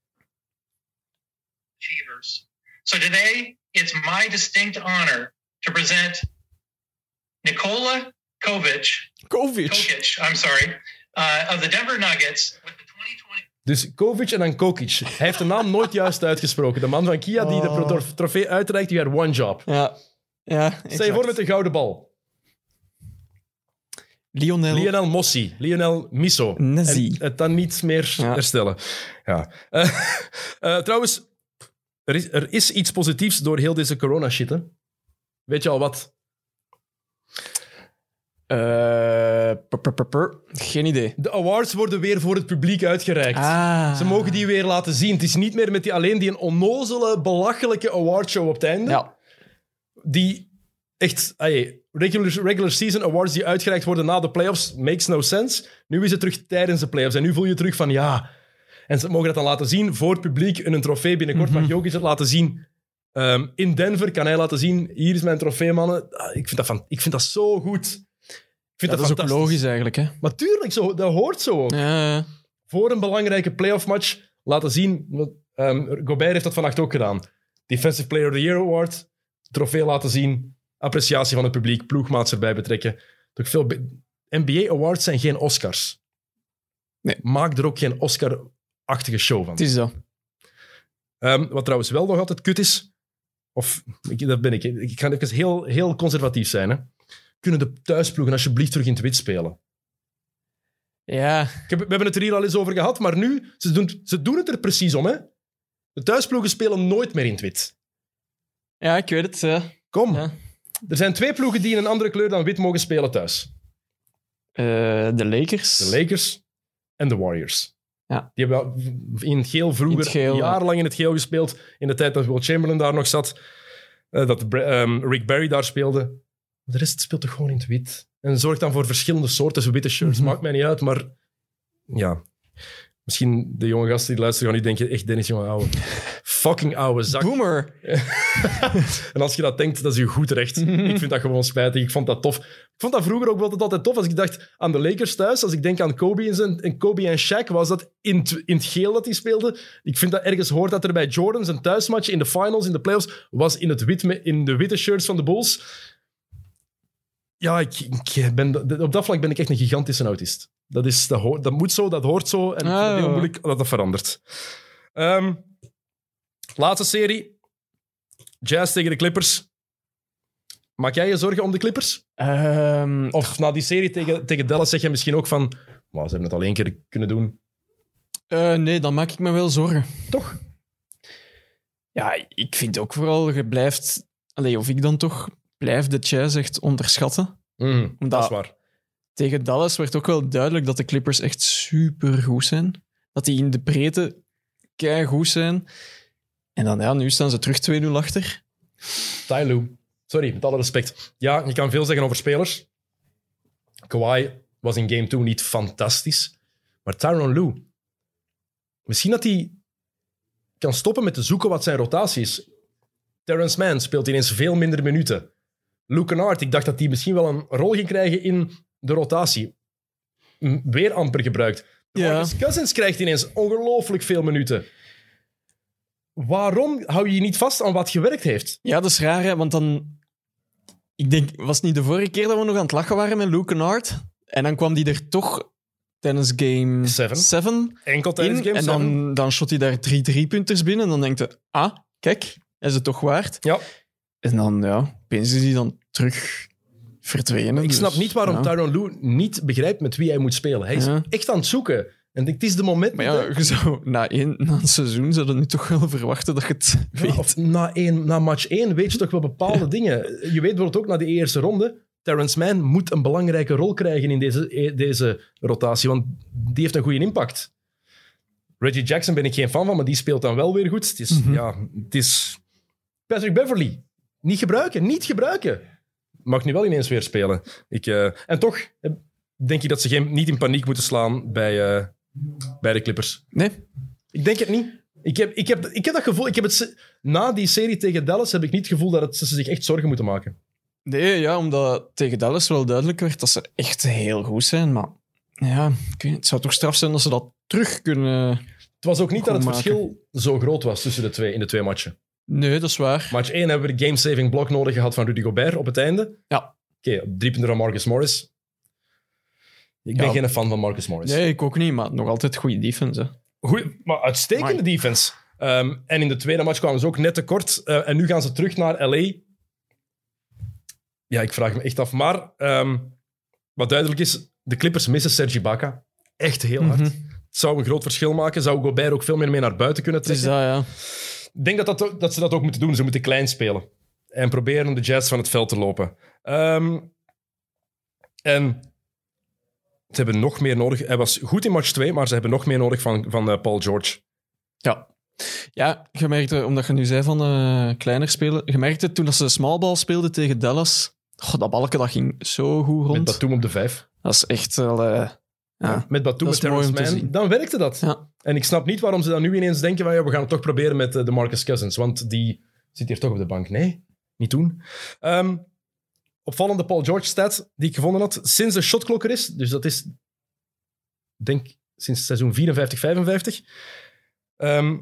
Achievers. So today, it's my distinct honor to present Nikola Kovic, Kovic. Kokic, I'm sorry, uh, of the Denver Nuggets with the twenty twenty. Dus Kovic en dan Kokic. Hij heeft de naam nooit juist uitgesproken. De man van Kia die de Oh. tro- trofee uitreikt, die had one job. Ja. Ja, Stel je voor met de gouden bal. Lionel. Lionel Mossi. Lionel Misso. Messi. En het dan niet meer Ja. herstellen. Ja. Uh, uh, trouwens, er is, er is iets positiefs door heel deze corona-shit, hè? Weet je al wat? Eh, pur, pur, pur, pur. Geen idee. De awards worden weer voor het publiek uitgereikt. Ah. Ze mogen die weer laten zien. Het is niet meer met die, alleen die een onnozele, belachelijke awardshow op het einde. Ja. Die echt... Ay, regular, regular season awards die uitgereikt worden na de playoffs, makes no sense. Nu is het terug tijdens de playoffs. En nu voel je terug van ja... En ze mogen dat dan laten zien voor het publiek. In een trofee binnenkort Mhm. mag Jokic het laten zien. Um, in Denver kan hij laten zien... Hier is mijn trofee, mannen. Ah, ik, vind dat van, ik vind dat zo goed. Ik vind Ja, dat, dat is ook fantastisch. logisch eigenlijk, hè. Maar tuurlijk, zo, dat hoort zo ook. Ja, ja. Voor een belangrijke playoff match laten zien. Um, Gobert heeft dat vannacht ook gedaan. Defensive Player of the Year Award, trofee laten zien, appreciatie van het publiek, ploegmaats erbij betrekken. Toch veel be- N B A Awards zijn geen Oscars. Nee. Maak er ook geen Oscar-achtige show van. Het is dat. Um, wat trouwens wel nog altijd kut is, of ik, dat ben ik, ik ga even heel, heel conservatief zijn. Hè. Kunnen de thuisploegen alsjeblieft terug in het wit spelen? Ja. Ik heb, we hebben het er hier al eens over gehad, maar nu, ze doen, ze doen het er precies om. Hè? De thuisploegen spelen nooit meer in het wit. Ja, ik weet het. Ja. Kom. Ja. Er zijn twee ploegen die in een andere kleur dan wit mogen spelen thuis. Eh, de Lakers. De Lakers en de Warriors. Ja. Die hebben wel in het geel vroeger, In het geel, ja. jarenlang in het geel gespeeld. In de tijd dat Will Chamberlain daar nog zat. Uh, dat Bra- um, Rick Barry daar speelde. De rest speelt toch gewoon in het wit. En zorgt dan voor verschillende soorten witte shirts. Mhm. Maakt mij niet uit, maar... Ja... Misschien de jonge gasten die luisteren gaan nu denken... Echt, Dennis, jongen, ouwe. Fucking ouwe zak. Boomer. En als je dat denkt, dat is je goed recht. Ik vind dat gewoon spijtig. Ik vond dat tof. Ik vond dat vroeger ook wel altijd tof. Als ik dacht aan de Lakers thuis, als ik denk aan Kobe en, zijn, en, Kobe en Shaq, was dat in het, in het geel dat die speelden. Ik vind dat ergens hoort dat er bij Jordan zijn thuismatch in de finals, in de playoffs, was in, het wit, met- in de witte shirts van de Bulls. Ja, ik, ik ben, op dat vlak ben ik echt een gigantische autist. Dat, is, dat, hoort, dat moet zo, dat hoort zo. En ik vind het heel Oh. moeilijk dat dat verandert. Ehm, laatste serie. Jazz tegen de Clippers. Maak jij je zorgen om de Clippers? Ehm, Of na die serie tegen, tegen Dallas zeg je misschien ook van... "Wow, ze hebben het al één keer kunnen doen. eh, nee, dan maak ik me wel zorgen. Toch? Ja, ik vind ook vooral, je blijft... Allee, of ik dan toch blijf de Jazz echt onderschatten. Mm, dat is Dat- waar. Tegen Dallas werd ook wel duidelijk dat de Clippers echt supergoed zijn. Dat die in de breedte keigoed zijn. En dan, ja, nu staan ze terug twee nul achter. Ty Lue. Sorry, met alle respect. Ja, je kan veel zeggen over spelers. Kawhi was in game two niet fantastisch. Maar Tyronn Lue... Misschien dat hij kan stoppen met te zoeken wat zijn rotatie is. Terrence Mann speelt ineens veel minder minuten. Luke Kennard, ik dacht dat hij misschien wel een rol ging krijgen in de rotatie. M- Weer amper gebruikt. Ja. Marcus Cousins krijgt ineens ongelooflijk veel minuten. Waarom hou je je niet vast aan wat gewerkt heeft? Ja, dat is raar, hè, want dan... Ik denk, was het niet de vorige keer dat we nog aan het lachen waren met Luke Kennard? En dan kwam die er toch tijdens game Seven. seven Enkel tijdens in. game En seven. dan, dan shot hij daar drie driepunters binnen. En dan denkt hij, ah, kijk, is het toch waard? Ja. En dan, ja, opeens is hij dan terug verdwenen. Ik dus, snap niet waarom ja. Tyronn Lue niet begrijpt met wie hij moet spelen. Hij is Ja. echt aan het zoeken. En het is de moment... Maar ja, je zou, na, één, na een seizoen zou je nu toch wel verwachten dat je het Ja, weet. of na, één, na match één weet je toch wel bepaalde dingen. Je weet bijvoorbeeld ook na de eerste ronde... Terrence Mann moet een belangrijke rol krijgen in deze, deze rotatie, want die heeft een goede impact. Reggie Jackson ben ik geen fan van, maar die speelt dan wel weer goed. Het is, Mm-hmm. ja, het is Patrick Beverley. Niet gebruiken, niet gebruiken. Mag nu wel ineens weer spelen. Ik, uh, en toch uh, denk ik dat ze geen, niet in paniek moeten slaan bij, uh, bij de Clippers. Nee? Ik denk het niet. Ik heb, ik heb, ik heb dat gevoel... Ik heb het, na die serie tegen Dallas heb ik niet het gevoel dat het, ze zich echt zorgen moeten maken. Nee, ja, omdat tegen Dallas wel duidelijk werd dat ze echt heel goed zijn. Maar ja, ik weet niet, het zou toch straf zijn dat ze dat terug kunnen... Het was ook niet dat het Goed maken. verschil zo groot was tussen de twee in de twee matchen. Nee, dat is waar. Match één hebben we de game-saving blok nodig gehad van Rudy Gobert op het einde. Ja. Oké, okay, drie punten van Marcus Morris. Ik ben Ja. geen fan van Marcus Morris. Nee, ik ook niet, maar nog altijd goede defense. Hè. Goeie, maar uitstekende Amai. defense. Um, en in de tweede match kwamen ze ook net tekort. Uh, en nu gaan ze terug naar L A. Ja, ik vraag me echt af. Maar um, wat duidelijk is, de Clippers missen Serge Ibaka. Echt heel hard. Mhm. Het zou een groot verschil maken. Zou Gobert ook veel meer mee naar buiten kunnen Het is trekken. dat, ja. Ik denk dat, dat, dat ze dat ook moeten doen. Ze moeten klein spelen. En proberen om de Jazz van het veld te lopen. Um, en ze hebben nog meer nodig. Hij was goed in match twee, maar ze hebben nog meer nodig van, van uh, Paul George. Ja. Ja, je merkte, omdat je nu zei van uh, kleiner spelen, je merkte toen dat ze smallball speelden tegen Dallas, goh, dat balken dat ging zo goed rond. Met Batum op de vijf. Dat is echt wel... Uh, ja. Met Batum, dat met is mooi Terrence om te Mann. zien. Dan werkte dat. Ja. En ik snap niet waarom ze dan nu ineens denken van ja, we gaan het toch proberen met uh, de Marcus Cousins, want die zit hier toch op de bank. Nee, niet doen. Um, opvallende Paul George stat die ik gevonden had. Sinds de shotklok er is, dus dat is denk sinds seizoen vierenvijftig vijfenvijftig. Um,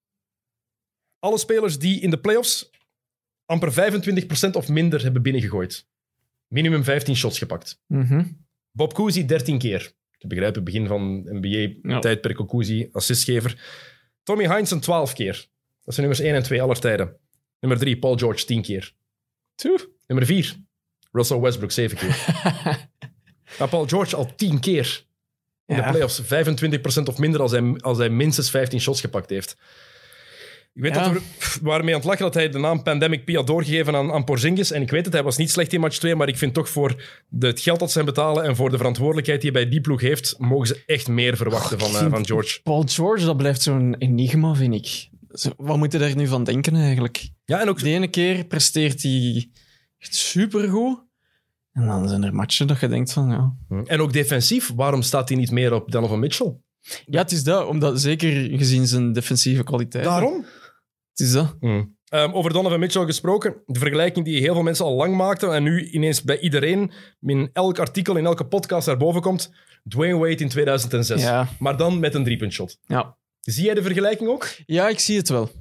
alle spelers die in de playoffs amper vijfentwintig procent of minder hebben binnengegooid. Minimum vijftien shots gepakt. Mm-hmm. Bob Cousy dertien keer. Te begrijpen, begin van N B A-tijd per Cousy, assistgever. Tommy Heinsohn twaalf keer. Dat zijn nummers één en twee aller tijden. Nummer drie, Paul George tien keer. Toe. Nummer vier, Russell Westbrook zeven keer. nou, Paul George al tien keer in Ja. de playoffs. vijfentwintig procent of minder als hij, als hij minstens vijftien shots gepakt heeft. Ik weet Ja. dat we pff, we waren mee aan het lachen dat hij de naam Pandemic P had doorgegeven aan, aan Porzingis. En ik weet het, hij was niet slecht in match twee, maar ik vind toch voor de, het geld dat ze hem betalen en voor de verantwoordelijkheid die hij bij die ploeg heeft, mogen ze echt meer verwachten van, uh, van George. Paul George, dat blijft zo'n enigma, vind ik. Zo, wat moet je daar nu van denken, eigenlijk? Ja, en ook De ene keer presteert hij echt supergoed. En dan zijn er matchen dat je denkt van, ja... En ook defensief, waarom staat hij niet meer op Donovan Mitchell? Ja, het is dat. Omdat, zeker gezien zijn defensieve kwaliteit. Daarom? Het is dat. Mm. Um, over Donovan Mitchell gesproken, de vergelijking die heel veel mensen al lang maakten en nu ineens bij iedereen in elk artikel, in elke podcast daarboven komt, Dwayne Wade in tweeduizend zes. Ja. Maar dan met een driepuntshot. Ja. Zie jij de vergelijking ook? Ja, ik zie het wel.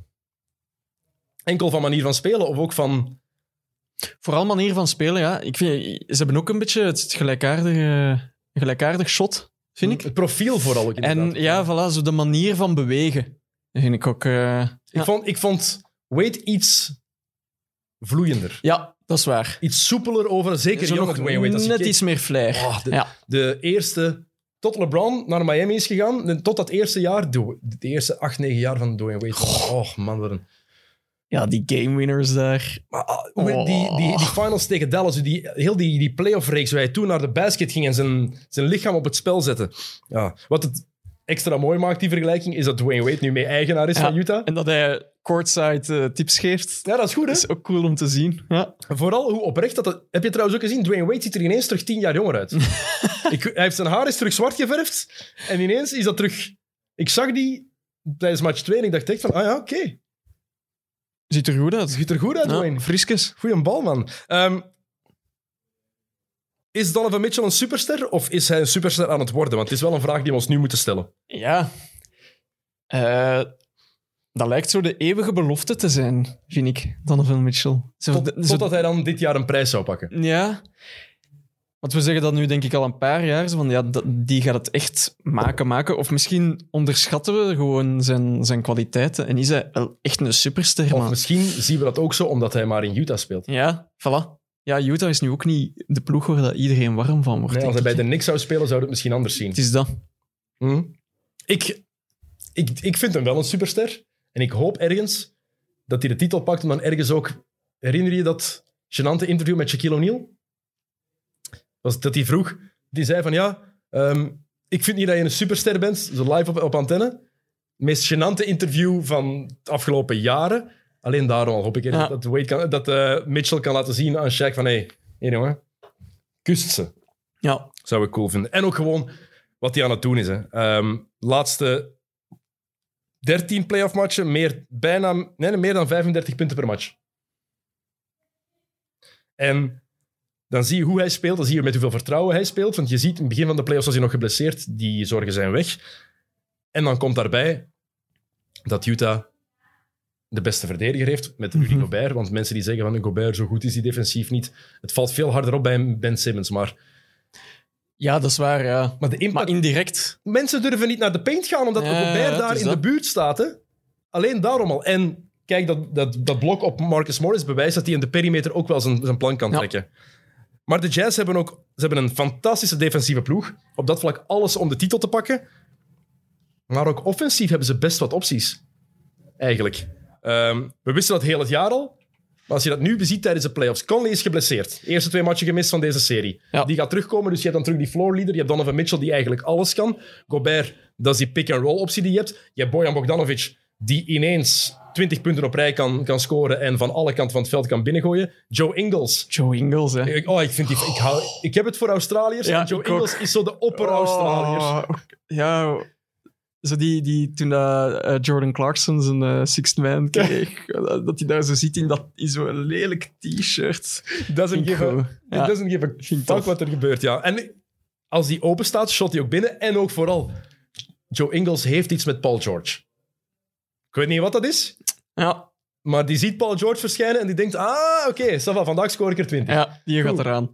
Enkel van manier van spelen of ook van... Vooral manier van spelen, ja. Ik vind, ze hebben ook een beetje het gelijkaardige, gelijkaardig shot, vind ik. Het profiel vooral ook En inderdaad. ja, voilà, zo de manier van bewegen. Vind ik ook... uh, Ik, ja. vond, ik vond Wade iets vloeiender. ja, dat is waar. Iets soepeler over, zeker Zo jonge nog Dwayne Wade. Als je net kijkt- iets meer flair. Oh, de, Ja. de eerste... Tot LeBron naar Miami is gegaan, en tot dat eerste jaar, de, de eerste acht, negen jaar van Dwayne Wade. Oh man, wat een... Ja, die game winners daar. Maar, ah, hoe- Oh. die, die, die finals tegen Dallas, die, heel die, die playoff-reeks waar hij toen naar de basket ging en zijn, zijn lichaam op het spel zette. Ja, wat het extra mooi maakt, die vergelijking, is dat Dwayne Wade nu mee eigenaar is Ja. van Utah. En dat hij courtside uh, tips geeft. Ja, dat is goed, hè? Dat is ook cool om te zien. Ja. Vooral hoe oprecht dat... het- Heb je trouwens ook gezien? Dwayne Wade ziet er ineens terug tien jaar jonger uit. ik, hij heeft zijn haar is terug zwart geverfd en ineens is dat terug... Ik zag die tijdens match twee en ik dacht echt van, ah ja, oké. Okay. Ziet er goed uit. Ziet er goed uit, Dwayne. Ja, friskes. Goeie bal, man. Um, is Donovan Mitchell een superster of is hij een superster aan het worden? Want het is wel een vraag die we ons nu moeten stellen. Ja. Uh, dat lijkt zo de eeuwige belofte te zijn, vind ik, Donovan Mitchell. Zo, Tot, zo- totdat hij dan dit jaar een prijs zou pakken. Ja. Want we zeggen dat nu denk ik al een paar jaar. zo Van, ja, dat, die gaat het echt maken, maken. Of misschien onderschatten we gewoon zijn, zijn kwaliteiten. En is hij wel echt een superster, Of man. misschien zien we dat ook zo omdat hij maar in Utah speelt. Ja, voilà. Ja, Utah is nu ook niet de ploeg waar dat iedereen warm van wordt. Nee, als hij denk bij ik. de Knicks zou spelen, zou het misschien anders zien. Het is dat. Hm. Ik, ik, ik vind hem wel een superster. En ik hoop ergens dat hij de titel pakt. En dan ergens ook... Herinner je dat gênante interview met Shaquille O'Neal? Was dat hij vroeg... Die zei van ja... Um, ik vind niet dat je een superster bent. Zo live op, op antenne. Het meest gênante interview van de afgelopen jaren. Alleen daarom al hoop ik Ja. dat, Wade kan, dat uh, Mitchell kan laten zien aan Shaq van hé, hey, hey jongen, kust ze. Ja. Zou ik cool vinden. En ook gewoon wat hij aan het doen is. Hè. Um, laatste dertien playoff matchen, meer, bijna, nee, nee, meer dan vijfendertig punten per match. En dan zie je hoe hij speelt, dan zie je met hoeveel vertrouwen hij speelt. Want je ziet, in het begin van de playoffs was hij nog geblesseerd, die zorgen zijn weg. En dan komt daarbij dat Utah de beste verdediger heeft met Rudy Mhm. Gobert. Want mensen die zeggen van Gobert, zo goed is hij defensief niet. Het valt veel harder op bij Ben Simmons. Maar, ja, dat is waar, ja. maar de impact... Maar indirect... Mensen durven niet naar de paint gaan, omdat Ja, Gobert ja, het daar is in dat. de buurt staat. Hè? Alleen daarom al. En kijk, dat, dat, dat blok op Marcus Morris bewijst dat hij in de perimeter ook wel zijn, zijn plan kan Ja. trekken. Maar de Jazz hebben ook ze hebben een fantastische defensieve ploeg. Op dat vlak alles om de titel te pakken. Maar ook offensief hebben ze best wat opties. Eigenlijk. Um, we wisten dat heel het jaar al. Maar als je dat nu beziet tijdens de playoffs. Conley is geblesseerd. De eerste twee matchen gemist van deze serie. Ja. Die gaat terugkomen, dus je hebt dan terug die floor leader. Je hebt Donovan Mitchell, die eigenlijk alles kan. Gobert, dat is die pick-and-roll optie die je hebt. Je hebt Bojan Bogdanovic, die ineens twintig punten op rij kan, kan scoren en van alle kanten van het veld kan binnengooien. Joe Ingles. Joe Ingles, hè. Ik, oh, ik, vind die, ik, hou, ik heb het voor Australiërs. Ja, en Joe ik ook. Ingles is zo de opper-Australiërs. Oh, ja, zo die, die, toen dat, uh, Jordan Clarkson zijn uh, Sixth Man kreeg, dat dat hij daar zo zit in, dat, in zo'n lelijk t-shirt. Doesn't give a, Goed. Ja. doesn't give a Vind ik fuck tof. wat er gebeurt, ja. En als die open staat, shot hij ook binnen. En ook vooral, Joe Ingles heeft iets met Paul George. Ik weet niet wat dat is, Ja, maar die ziet Paul George verschijnen en die denkt, ah, oké, okay, vandaag scoor ik er twintig. ja die gaat Goed. eraan.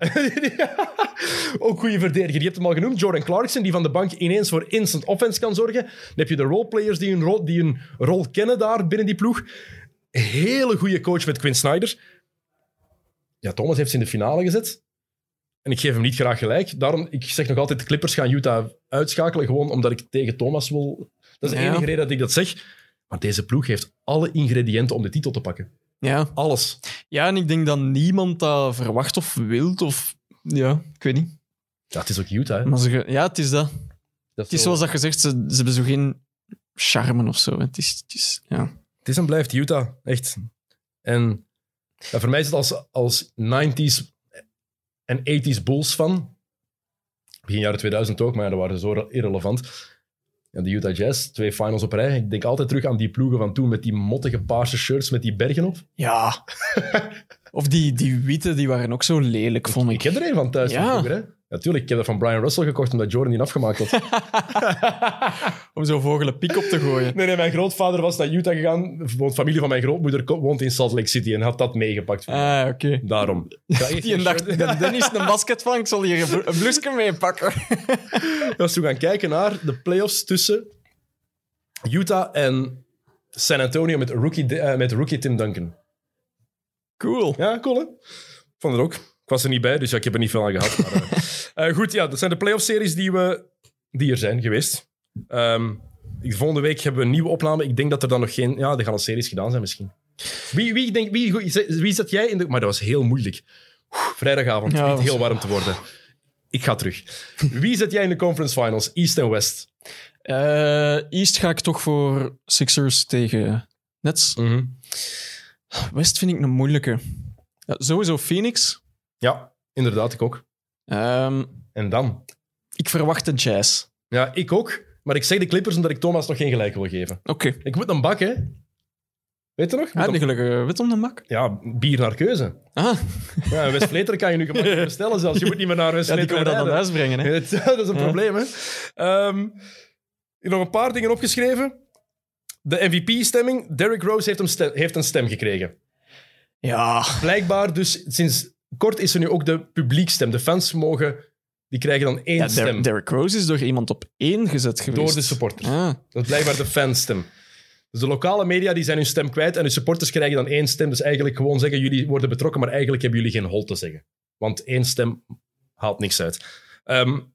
Ook goede verdediger. Je hebt hem al genoemd, Jordan Clarkson, die van de bank ineens voor instant offense kan zorgen. Dan heb je de roleplayers die hun rol, die hun rol kennen daar binnen die ploeg. Hele goede coach met Quinn Snyder. Ja, Thomas heeft ze in de finale gezet. En ik geef hem niet graag gelijk. Daarom, ik zeg nog altijd, de Clippers gaan Utah uitschakelen, gewoon omdat ik tegen Thomas wil. Dat is de Ja. enige reden dat ik dat zeg. Maar deze ploeg heeft alle ingrediënten om de titel te pakken. Ja. Alles. ja, en ik denk dat niemand dat verwacht of wilt, of... Ja, ik weet niet. Ja, het is ook Utah. Hè. Maar ze, ge- ja, het is dat. Dat Het is zo- zoals dat gezegd, ze, ze hebben zo geen charme of zo. Het is... Het is ja. Het is en blijft Utah, echt. En ja, voor mij is het als, als nineties en eighties Bulls fan. Begin jaren tweeduizend ook, maar dat waren zo irrelevant. Ja, de Utah Jazz, twee finals op rij. Ik denk altijd terug aan die ploegen van toen met die mottige paarse shirts met die bergen op. Ja. Of die, die witte, die waren ook zo lelijk, vond Ik ik. heb er een van thuis Ja. van vroeger, hè. Natuurlijk, ik heb dat van Brian Russell gekocht omdat Jordan die afgemaakt had. Om zo'n vogelen piek op te gooien. Nee, nee, mijn grootvader was naar Utah gegaan. De familie van mijn grootmoeder ko- woont in Salt Lake City en had dat meegepakt. voor mij. Ah, oké. Daarom. Ja, Die een dag, de Dennis een basket van, ik zal hier een bl- een blusje meepakken. Als we gaan kijken naar de playoffs tussen Utah en San Antonio met rookie, uh, met rookie Tim Duncan. Cool. Ja, cool hè? Ik vond het ook. Ik was er niet bij, dus ja, ik heb er niet veel aan gehad. Maar, uh, uh, goed, ja, dat zijn de playoff-series die, we, die er zijn geweest. Um, de volgende week hebben we een nieuwe opname. Ik denk dat er dan nog geen... Ja, er gaan al series gedaan zijn misschien. Wie, wie, denk, wie, wie zat jij in de... Maar dat was heel moeilijk. Oeh, vrijdagavond, Ja, niet dat was- heel warm te worden. Ik ga terug. Wie zet jij in de conference finals? East en West? Uh, East ga ik toch voor Sixers tegen Nets. Mm-hmm. West vind ik een moeilijke. Ja, sowieso Phoenix. Ja, inderdaad, ik ook. Um, En dan? ik verwacht de Jazz. Ja, ik ook. Maar ik zeg de Clippers omdat ik Thomas nog geen gelijk wil geven. Oké. Okay. Ik moet een bak, hè? Weet je nog? Ik moet Ja, een- die gelukkige wit om de mak. Ja, bier naar keuze. Ah, Ja, in West-Vleteren kan je nu gemakkelijk bestellen zelfs. Je moet niet meer naar ja, die West-Vleteren komen dat dan rijden. thuis brengen. Hè? Het- Dat is een Ja. probleem, hè. Um, ik heb nog een paar dingen opgeschreven. De M V P-stemming. Derrick Rose heeft, hem stem, heeft een stem gekregen. Ja. Blijkbaar, dus sinds kort is er nu ook de publiekstem. De fans mogen... Die krijgen dan één ja stem. Der- Derrick Rose is door iemand op één gezet geweest. Door de supporters. Ah. Dat is blijkbaar de fanstem. Dus de lokale media die zijn hun stem kwijt en de supporters krijgen dan één stem. Dus eigenlijk gewoon zeggen, jullie worden betrokken, maar eigenlijk hebben jullie geen hol te zeggen. Want één stem haalt niks uit. Um,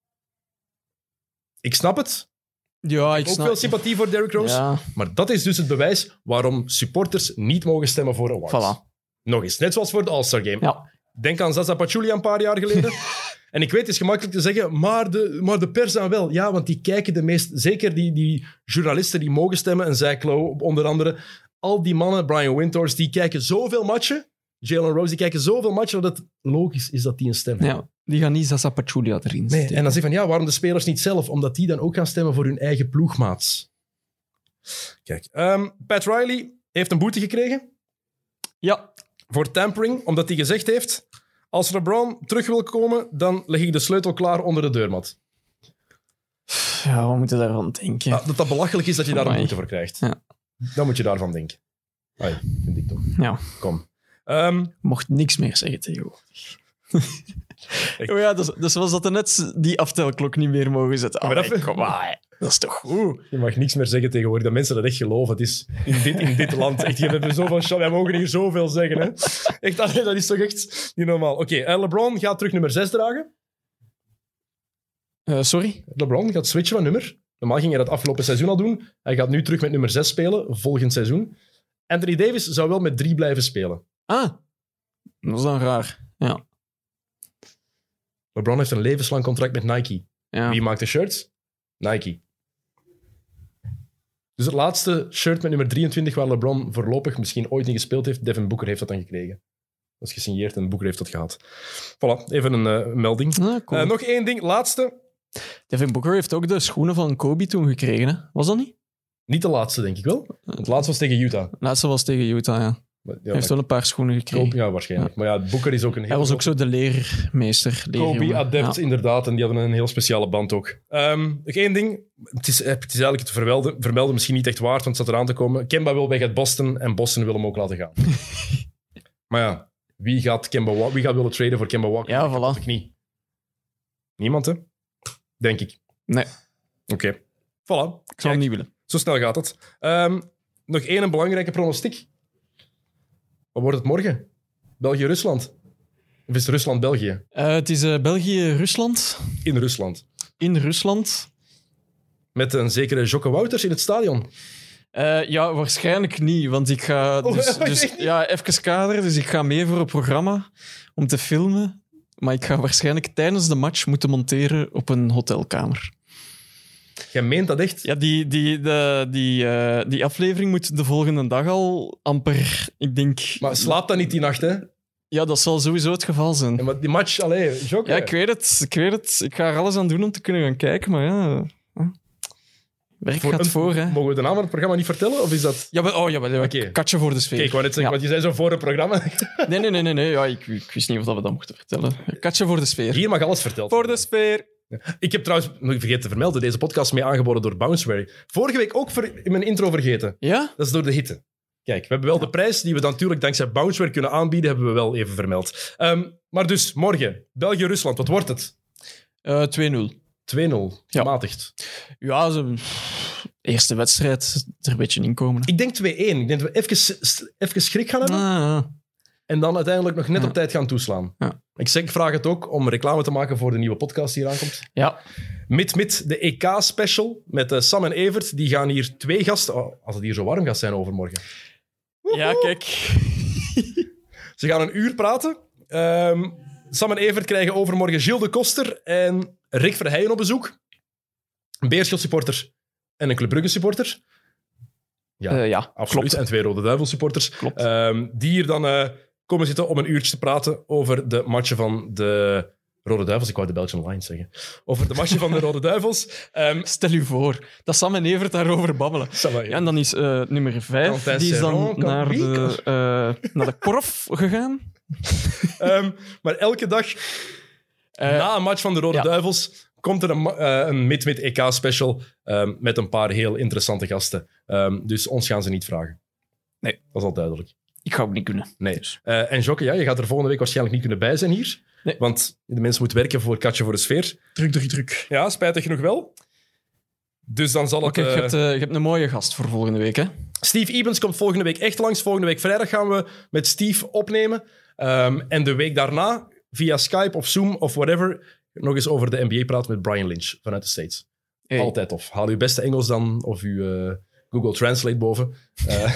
ik snap het. Ja, ik Ook snap... veel sympathie voor Derrick Rose. Ja, Maar dat is dus het bewijs waarom supporters niet mogen stemmen voor awards. voilà. Nog eens, net zoals voor de All-Star Game. Ja. Denk aan Zaza Pachulia een paar jaar geleden. En ik weet, het is gemakkelijk te zeggen, maar de, maar de pers dan wel. Ja, want die kijken de meest... Zeker die, die journalisten die mogen stemmen, en Zach Lowe onder andere. Al die mannen, Brian Windhorst, die kijken zoveel matchen. Jalen Rose, die kijken zoveel matchen dat het logisch is dat die een stem hebben. Ja, die gaan niet Zaza Pachulia erin Nee, steken. en dan zeg je van, ja, waarom de spelers niet zelf? Omdat die dan ook gaan stemmen voor hun eigen ploegmaats. Kijk, um, Pat Riley heeft een boete gekregen Ja, voor tampering, omdat hij gezegd heeft, als LeBron terug wil komen, dan leg ik de sleutel klaar onder de deurmat. ja, we moeten daarvan denken. Ja, dat dat belachelijk is dat je daar een Amai. boete voor krijgt. Ja. Dan moet je daarvan denken. Ai, vind ik toch. Ja, Kom. Um, mocht niks meer zeggen tegenwoordig. Echt. Oh ja, dus, dus was dat er net die aftelklok niet meer mogen zetten. Maar Allee, dat- kom maar. Dat is toch goed? je mag niks meer zeggen tegenwoordig. Dat mensen dat echt geloven. Het is in dit, in dit land. Echt, je hebt zoveel chance. Wij mogen hier zoveel zeggen. Hè? Echt, dat, dat is toch echt niet normaal. Oké, okay, uh, LeBron gaat terug nummer zes dragen. Uh, sorry? LeBron gaat switchen van nummer. Normaal ging hij dat afgelopen seizoen al doen. Hij gaat nu terug met nummer zes spelen, volgend seizoen. Anthony Davis zou wel met drie blijven spelen. Ah, dat is dan raar. Ja. LeBron heeft een levenslang contract met Nike. ja. Wie maakt de shirts? Nike. Dus het laatste shirt met nummer drieëntwintig waar LeBron voorlopig misschien ooit niet gespeeld heeft, Devin Booker heeft dat dan gekregen. Dat is gesigneerd en Booker heeft dat gehad. Voilà, even een uh, melding. Ah, cool. Uh, nog één ding, laatste. Devin Booker heeft ook de schoenen van Kobe toen gekregen. Hè? Was dat niet? Niet de laatste, denk ik wel. Het laatste was tegen Utah. De laatste was tegen Utah, ja. Maar, ja, Hij heeft maar- wel een paar schoenen gekregen. Kobe, ja, waarschijnlijk. Maar ja, Booker is ook een heel... Hij was ook zo de leermeester. leerjongen. Kobe-adept, Ja. inderdaad. En die hadden een heel speciale band ook. Um, nog één ding. Het is, het is eigenlijk het vermelden, vermelden misschien niet echt waard, want het staat eraan te komen. Kemba wil weg uit Boston en Boston wil hem ook laten gaan. Maar ja, wie gaat, Kemba, Wa- wie gaat willen traden voor Kemba Walker? Ja, Ik voilà. denk niet. Niemand, hè? Denk ik. Nee, Oké. Voilà. ik zou hem niet willen. Zo snel gaat het. Um, nog één een belangrijke pronostiek. Wat wordt het morgen? België-Rusland? Of is het Rusland-België? Uh, het is uh, België-Rusland. In Rusland. In Rusland. Met een zekere Jocke Wouters in het stadion. Uh, ja, waarschijnlijk niet, want ik ga... Oh, Dus, echt dus, niet? ja, even kaderen. Dus ik ga mee voor een programma om te filmen. Maar ik ga waarschijnlijk tijdens de match moeten monteren op een hotelkamer. Jij meent dat echt? Ja, die, die, de, die, uh, die aflevering moet de volgende dag al amper... Ik denk... Maar slaap dan niet die nacht, hè? Ja, dat zal sowieso het geval zijn. Ja, maar die match, allee, Jocke. Ja, ik weet het. Ik weet het. Ik ga er alles aan doen om te kunnen gaan kijken, maar ja... Werk gaat een- voor, hè. Mogen we de naam van het programma niet vertellen? Of is dat... Ja, maar, oh, ja, maar, Oké. katje voor de sfeer. Kijk, ik wou net zeggen, Ja. want je zei zo voor het programma. Nee, nee, nee, nee. nee. Ja, ik, ik wist niet of dat we dat mochten vertellen. Katje voor de sfeer. Hier mag alles verteld Voor worden. de sfeer. Ik heb trouwens, nog vergeten te vermelden, deze podcast mee aangeboden door Bounceware. Vorige week ook ver- in mijn intro vergeten. Ja? Dat is door de hitte. Kijk, we hebben wel de prijs die we dan natuurlijk dankzij Bounceware kunnen aanbieden, hebben we wel even vermeld. Um, maar dus, morgen, België-Rusland, wat wordt het? Uh, twee nul. twee nul, Ja. gematigd. Ja, ze... eerste wedstrijd er een beetje inkomen. Ik denk twee één. Ik denk dat we even, s- even schrik gaan hebben. Ah, En dan uiteindelijk nog net Ja. op tijd gaan toeslaan. Ja. Ik, zeg, ik vraag het ook om reclame te maken voor de nieuwe podcast die hier aankomt. ja. Mit, mit de E K-special met uh, Sam en Evert. Die gaan hier twee gasten... Oh, als het hier zo warm gaat zijn overmorgen. Ja, kijk. Ze gaan een uur praten. Um, Sam en Evert krijgen overmorgen Gilles de Koster en Rick Verheijen op bezoek. Een Beerschot-supporter en een Club Brugge-supporter. Ja, Uh, ja, absoluut. klopt. En twee Rode Duivel-supporters. Klopt. Um, die hier dan uh, komen zitten om een uurtje te praten over de matchen van de Rode Duivels. Ik wou de Belgian Lions zeggen. Over de matchen van de Rode Duivels. Um, Stel u voor dat Sam en Evert daarover babbelen. ça va, Ja, en dan is uh, nummer vijf, Quentin die is dan Serron, naar Cambrique. de, uh, naar de korf gegaan. um, maar elke dag Uh, na een match van de Rode ja. Duivels komt er een, ma- uh, een Mid-Mid E K-special um, met een paar heel interessante gasten. Um, dus ons gaan ze niet vragen. Nee. Dat is al duidelijk. Ik ga ook niet kunnen. Nee. Uh, en Jocke, ja, je gaat er volgende week waarschijnlijk niet kunnen bij zijn hier. Nee. Want de mensen moeten werken voor Katje voor de Sfeer. Druk, druk, druk. Ja, spijtig genoeg wel. Dus dan zal het... Oké, okay, uh... je, hebt, uh, je hebt een mooie gast voor volgende week, hè? Steve Ebens komt volgende week echt langs. Volgende week vrijdag gaan we met Steve opnemen. Um, en de week daarna, via Skype of Zoom of whatever, nog eens over de N B A praten met Brian Lynch vanuit de States. Hey. Altijd tof. Haal uw beste Engels dan, of uw uh, Google Translate boven. Uh,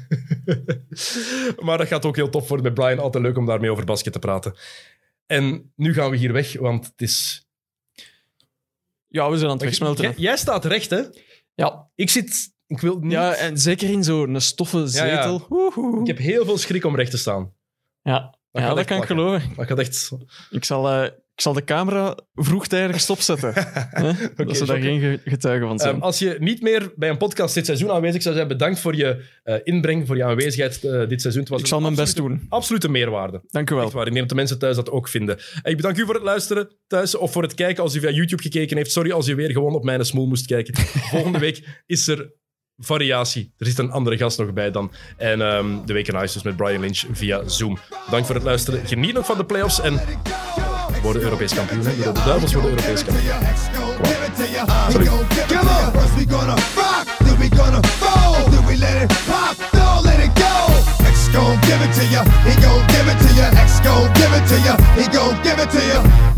maar dat gaat ook heel tof worden met Brian. Altijd leuk om daarmee over basket te praten. En nu gaan we hier weg, want het is... Ja, we zijn aan het wegsmelten. J- jij staat recht, hè? Ja. Ik zit... Ik wil niet... Ja, en zeker in zo'n stoffen zetel. Ja, ja. Ik heb heel veel schrik om recht te staan. Ja, dat, ja, dat kan ik geloven. Dat gaat echt... Ik zal, uh, ik zal de camera vroegtijdig stopzetten. huh? okay, dat ze daar geen getuigen van zijn. Um, als je niet meer bij een podcast dit seizoen aanwezig zou zijn, bedankt voor je uh, inbreng, voor je aanwezigheid uh, dit seizoen. Het was ik zal mijn best doen. Absolute meerwaarde. Dank u wel. Echt waar. Ik denk dat de mensen thuis dat ook vinden. En ik bedank u voor het luisteren thuis of voor het kijken als u via YouTube gekeken heeft. Sorry als u weer gewoon op mijn smoel moest kijken. Volgende week is er... variatie. Er zit een andere gast nog bij dan. En um, de Week in Ice dus met Brian Lynch via Zoom. Dank voor het luisteren. Geniet nog van de playoffs en we worden Europees kampioen. Hè? De Duivels worden Europees kampioen. Sorry. Gon' give it to ya, he gon' give it to ya, X gon' give it to ya, he gon' give it to ya.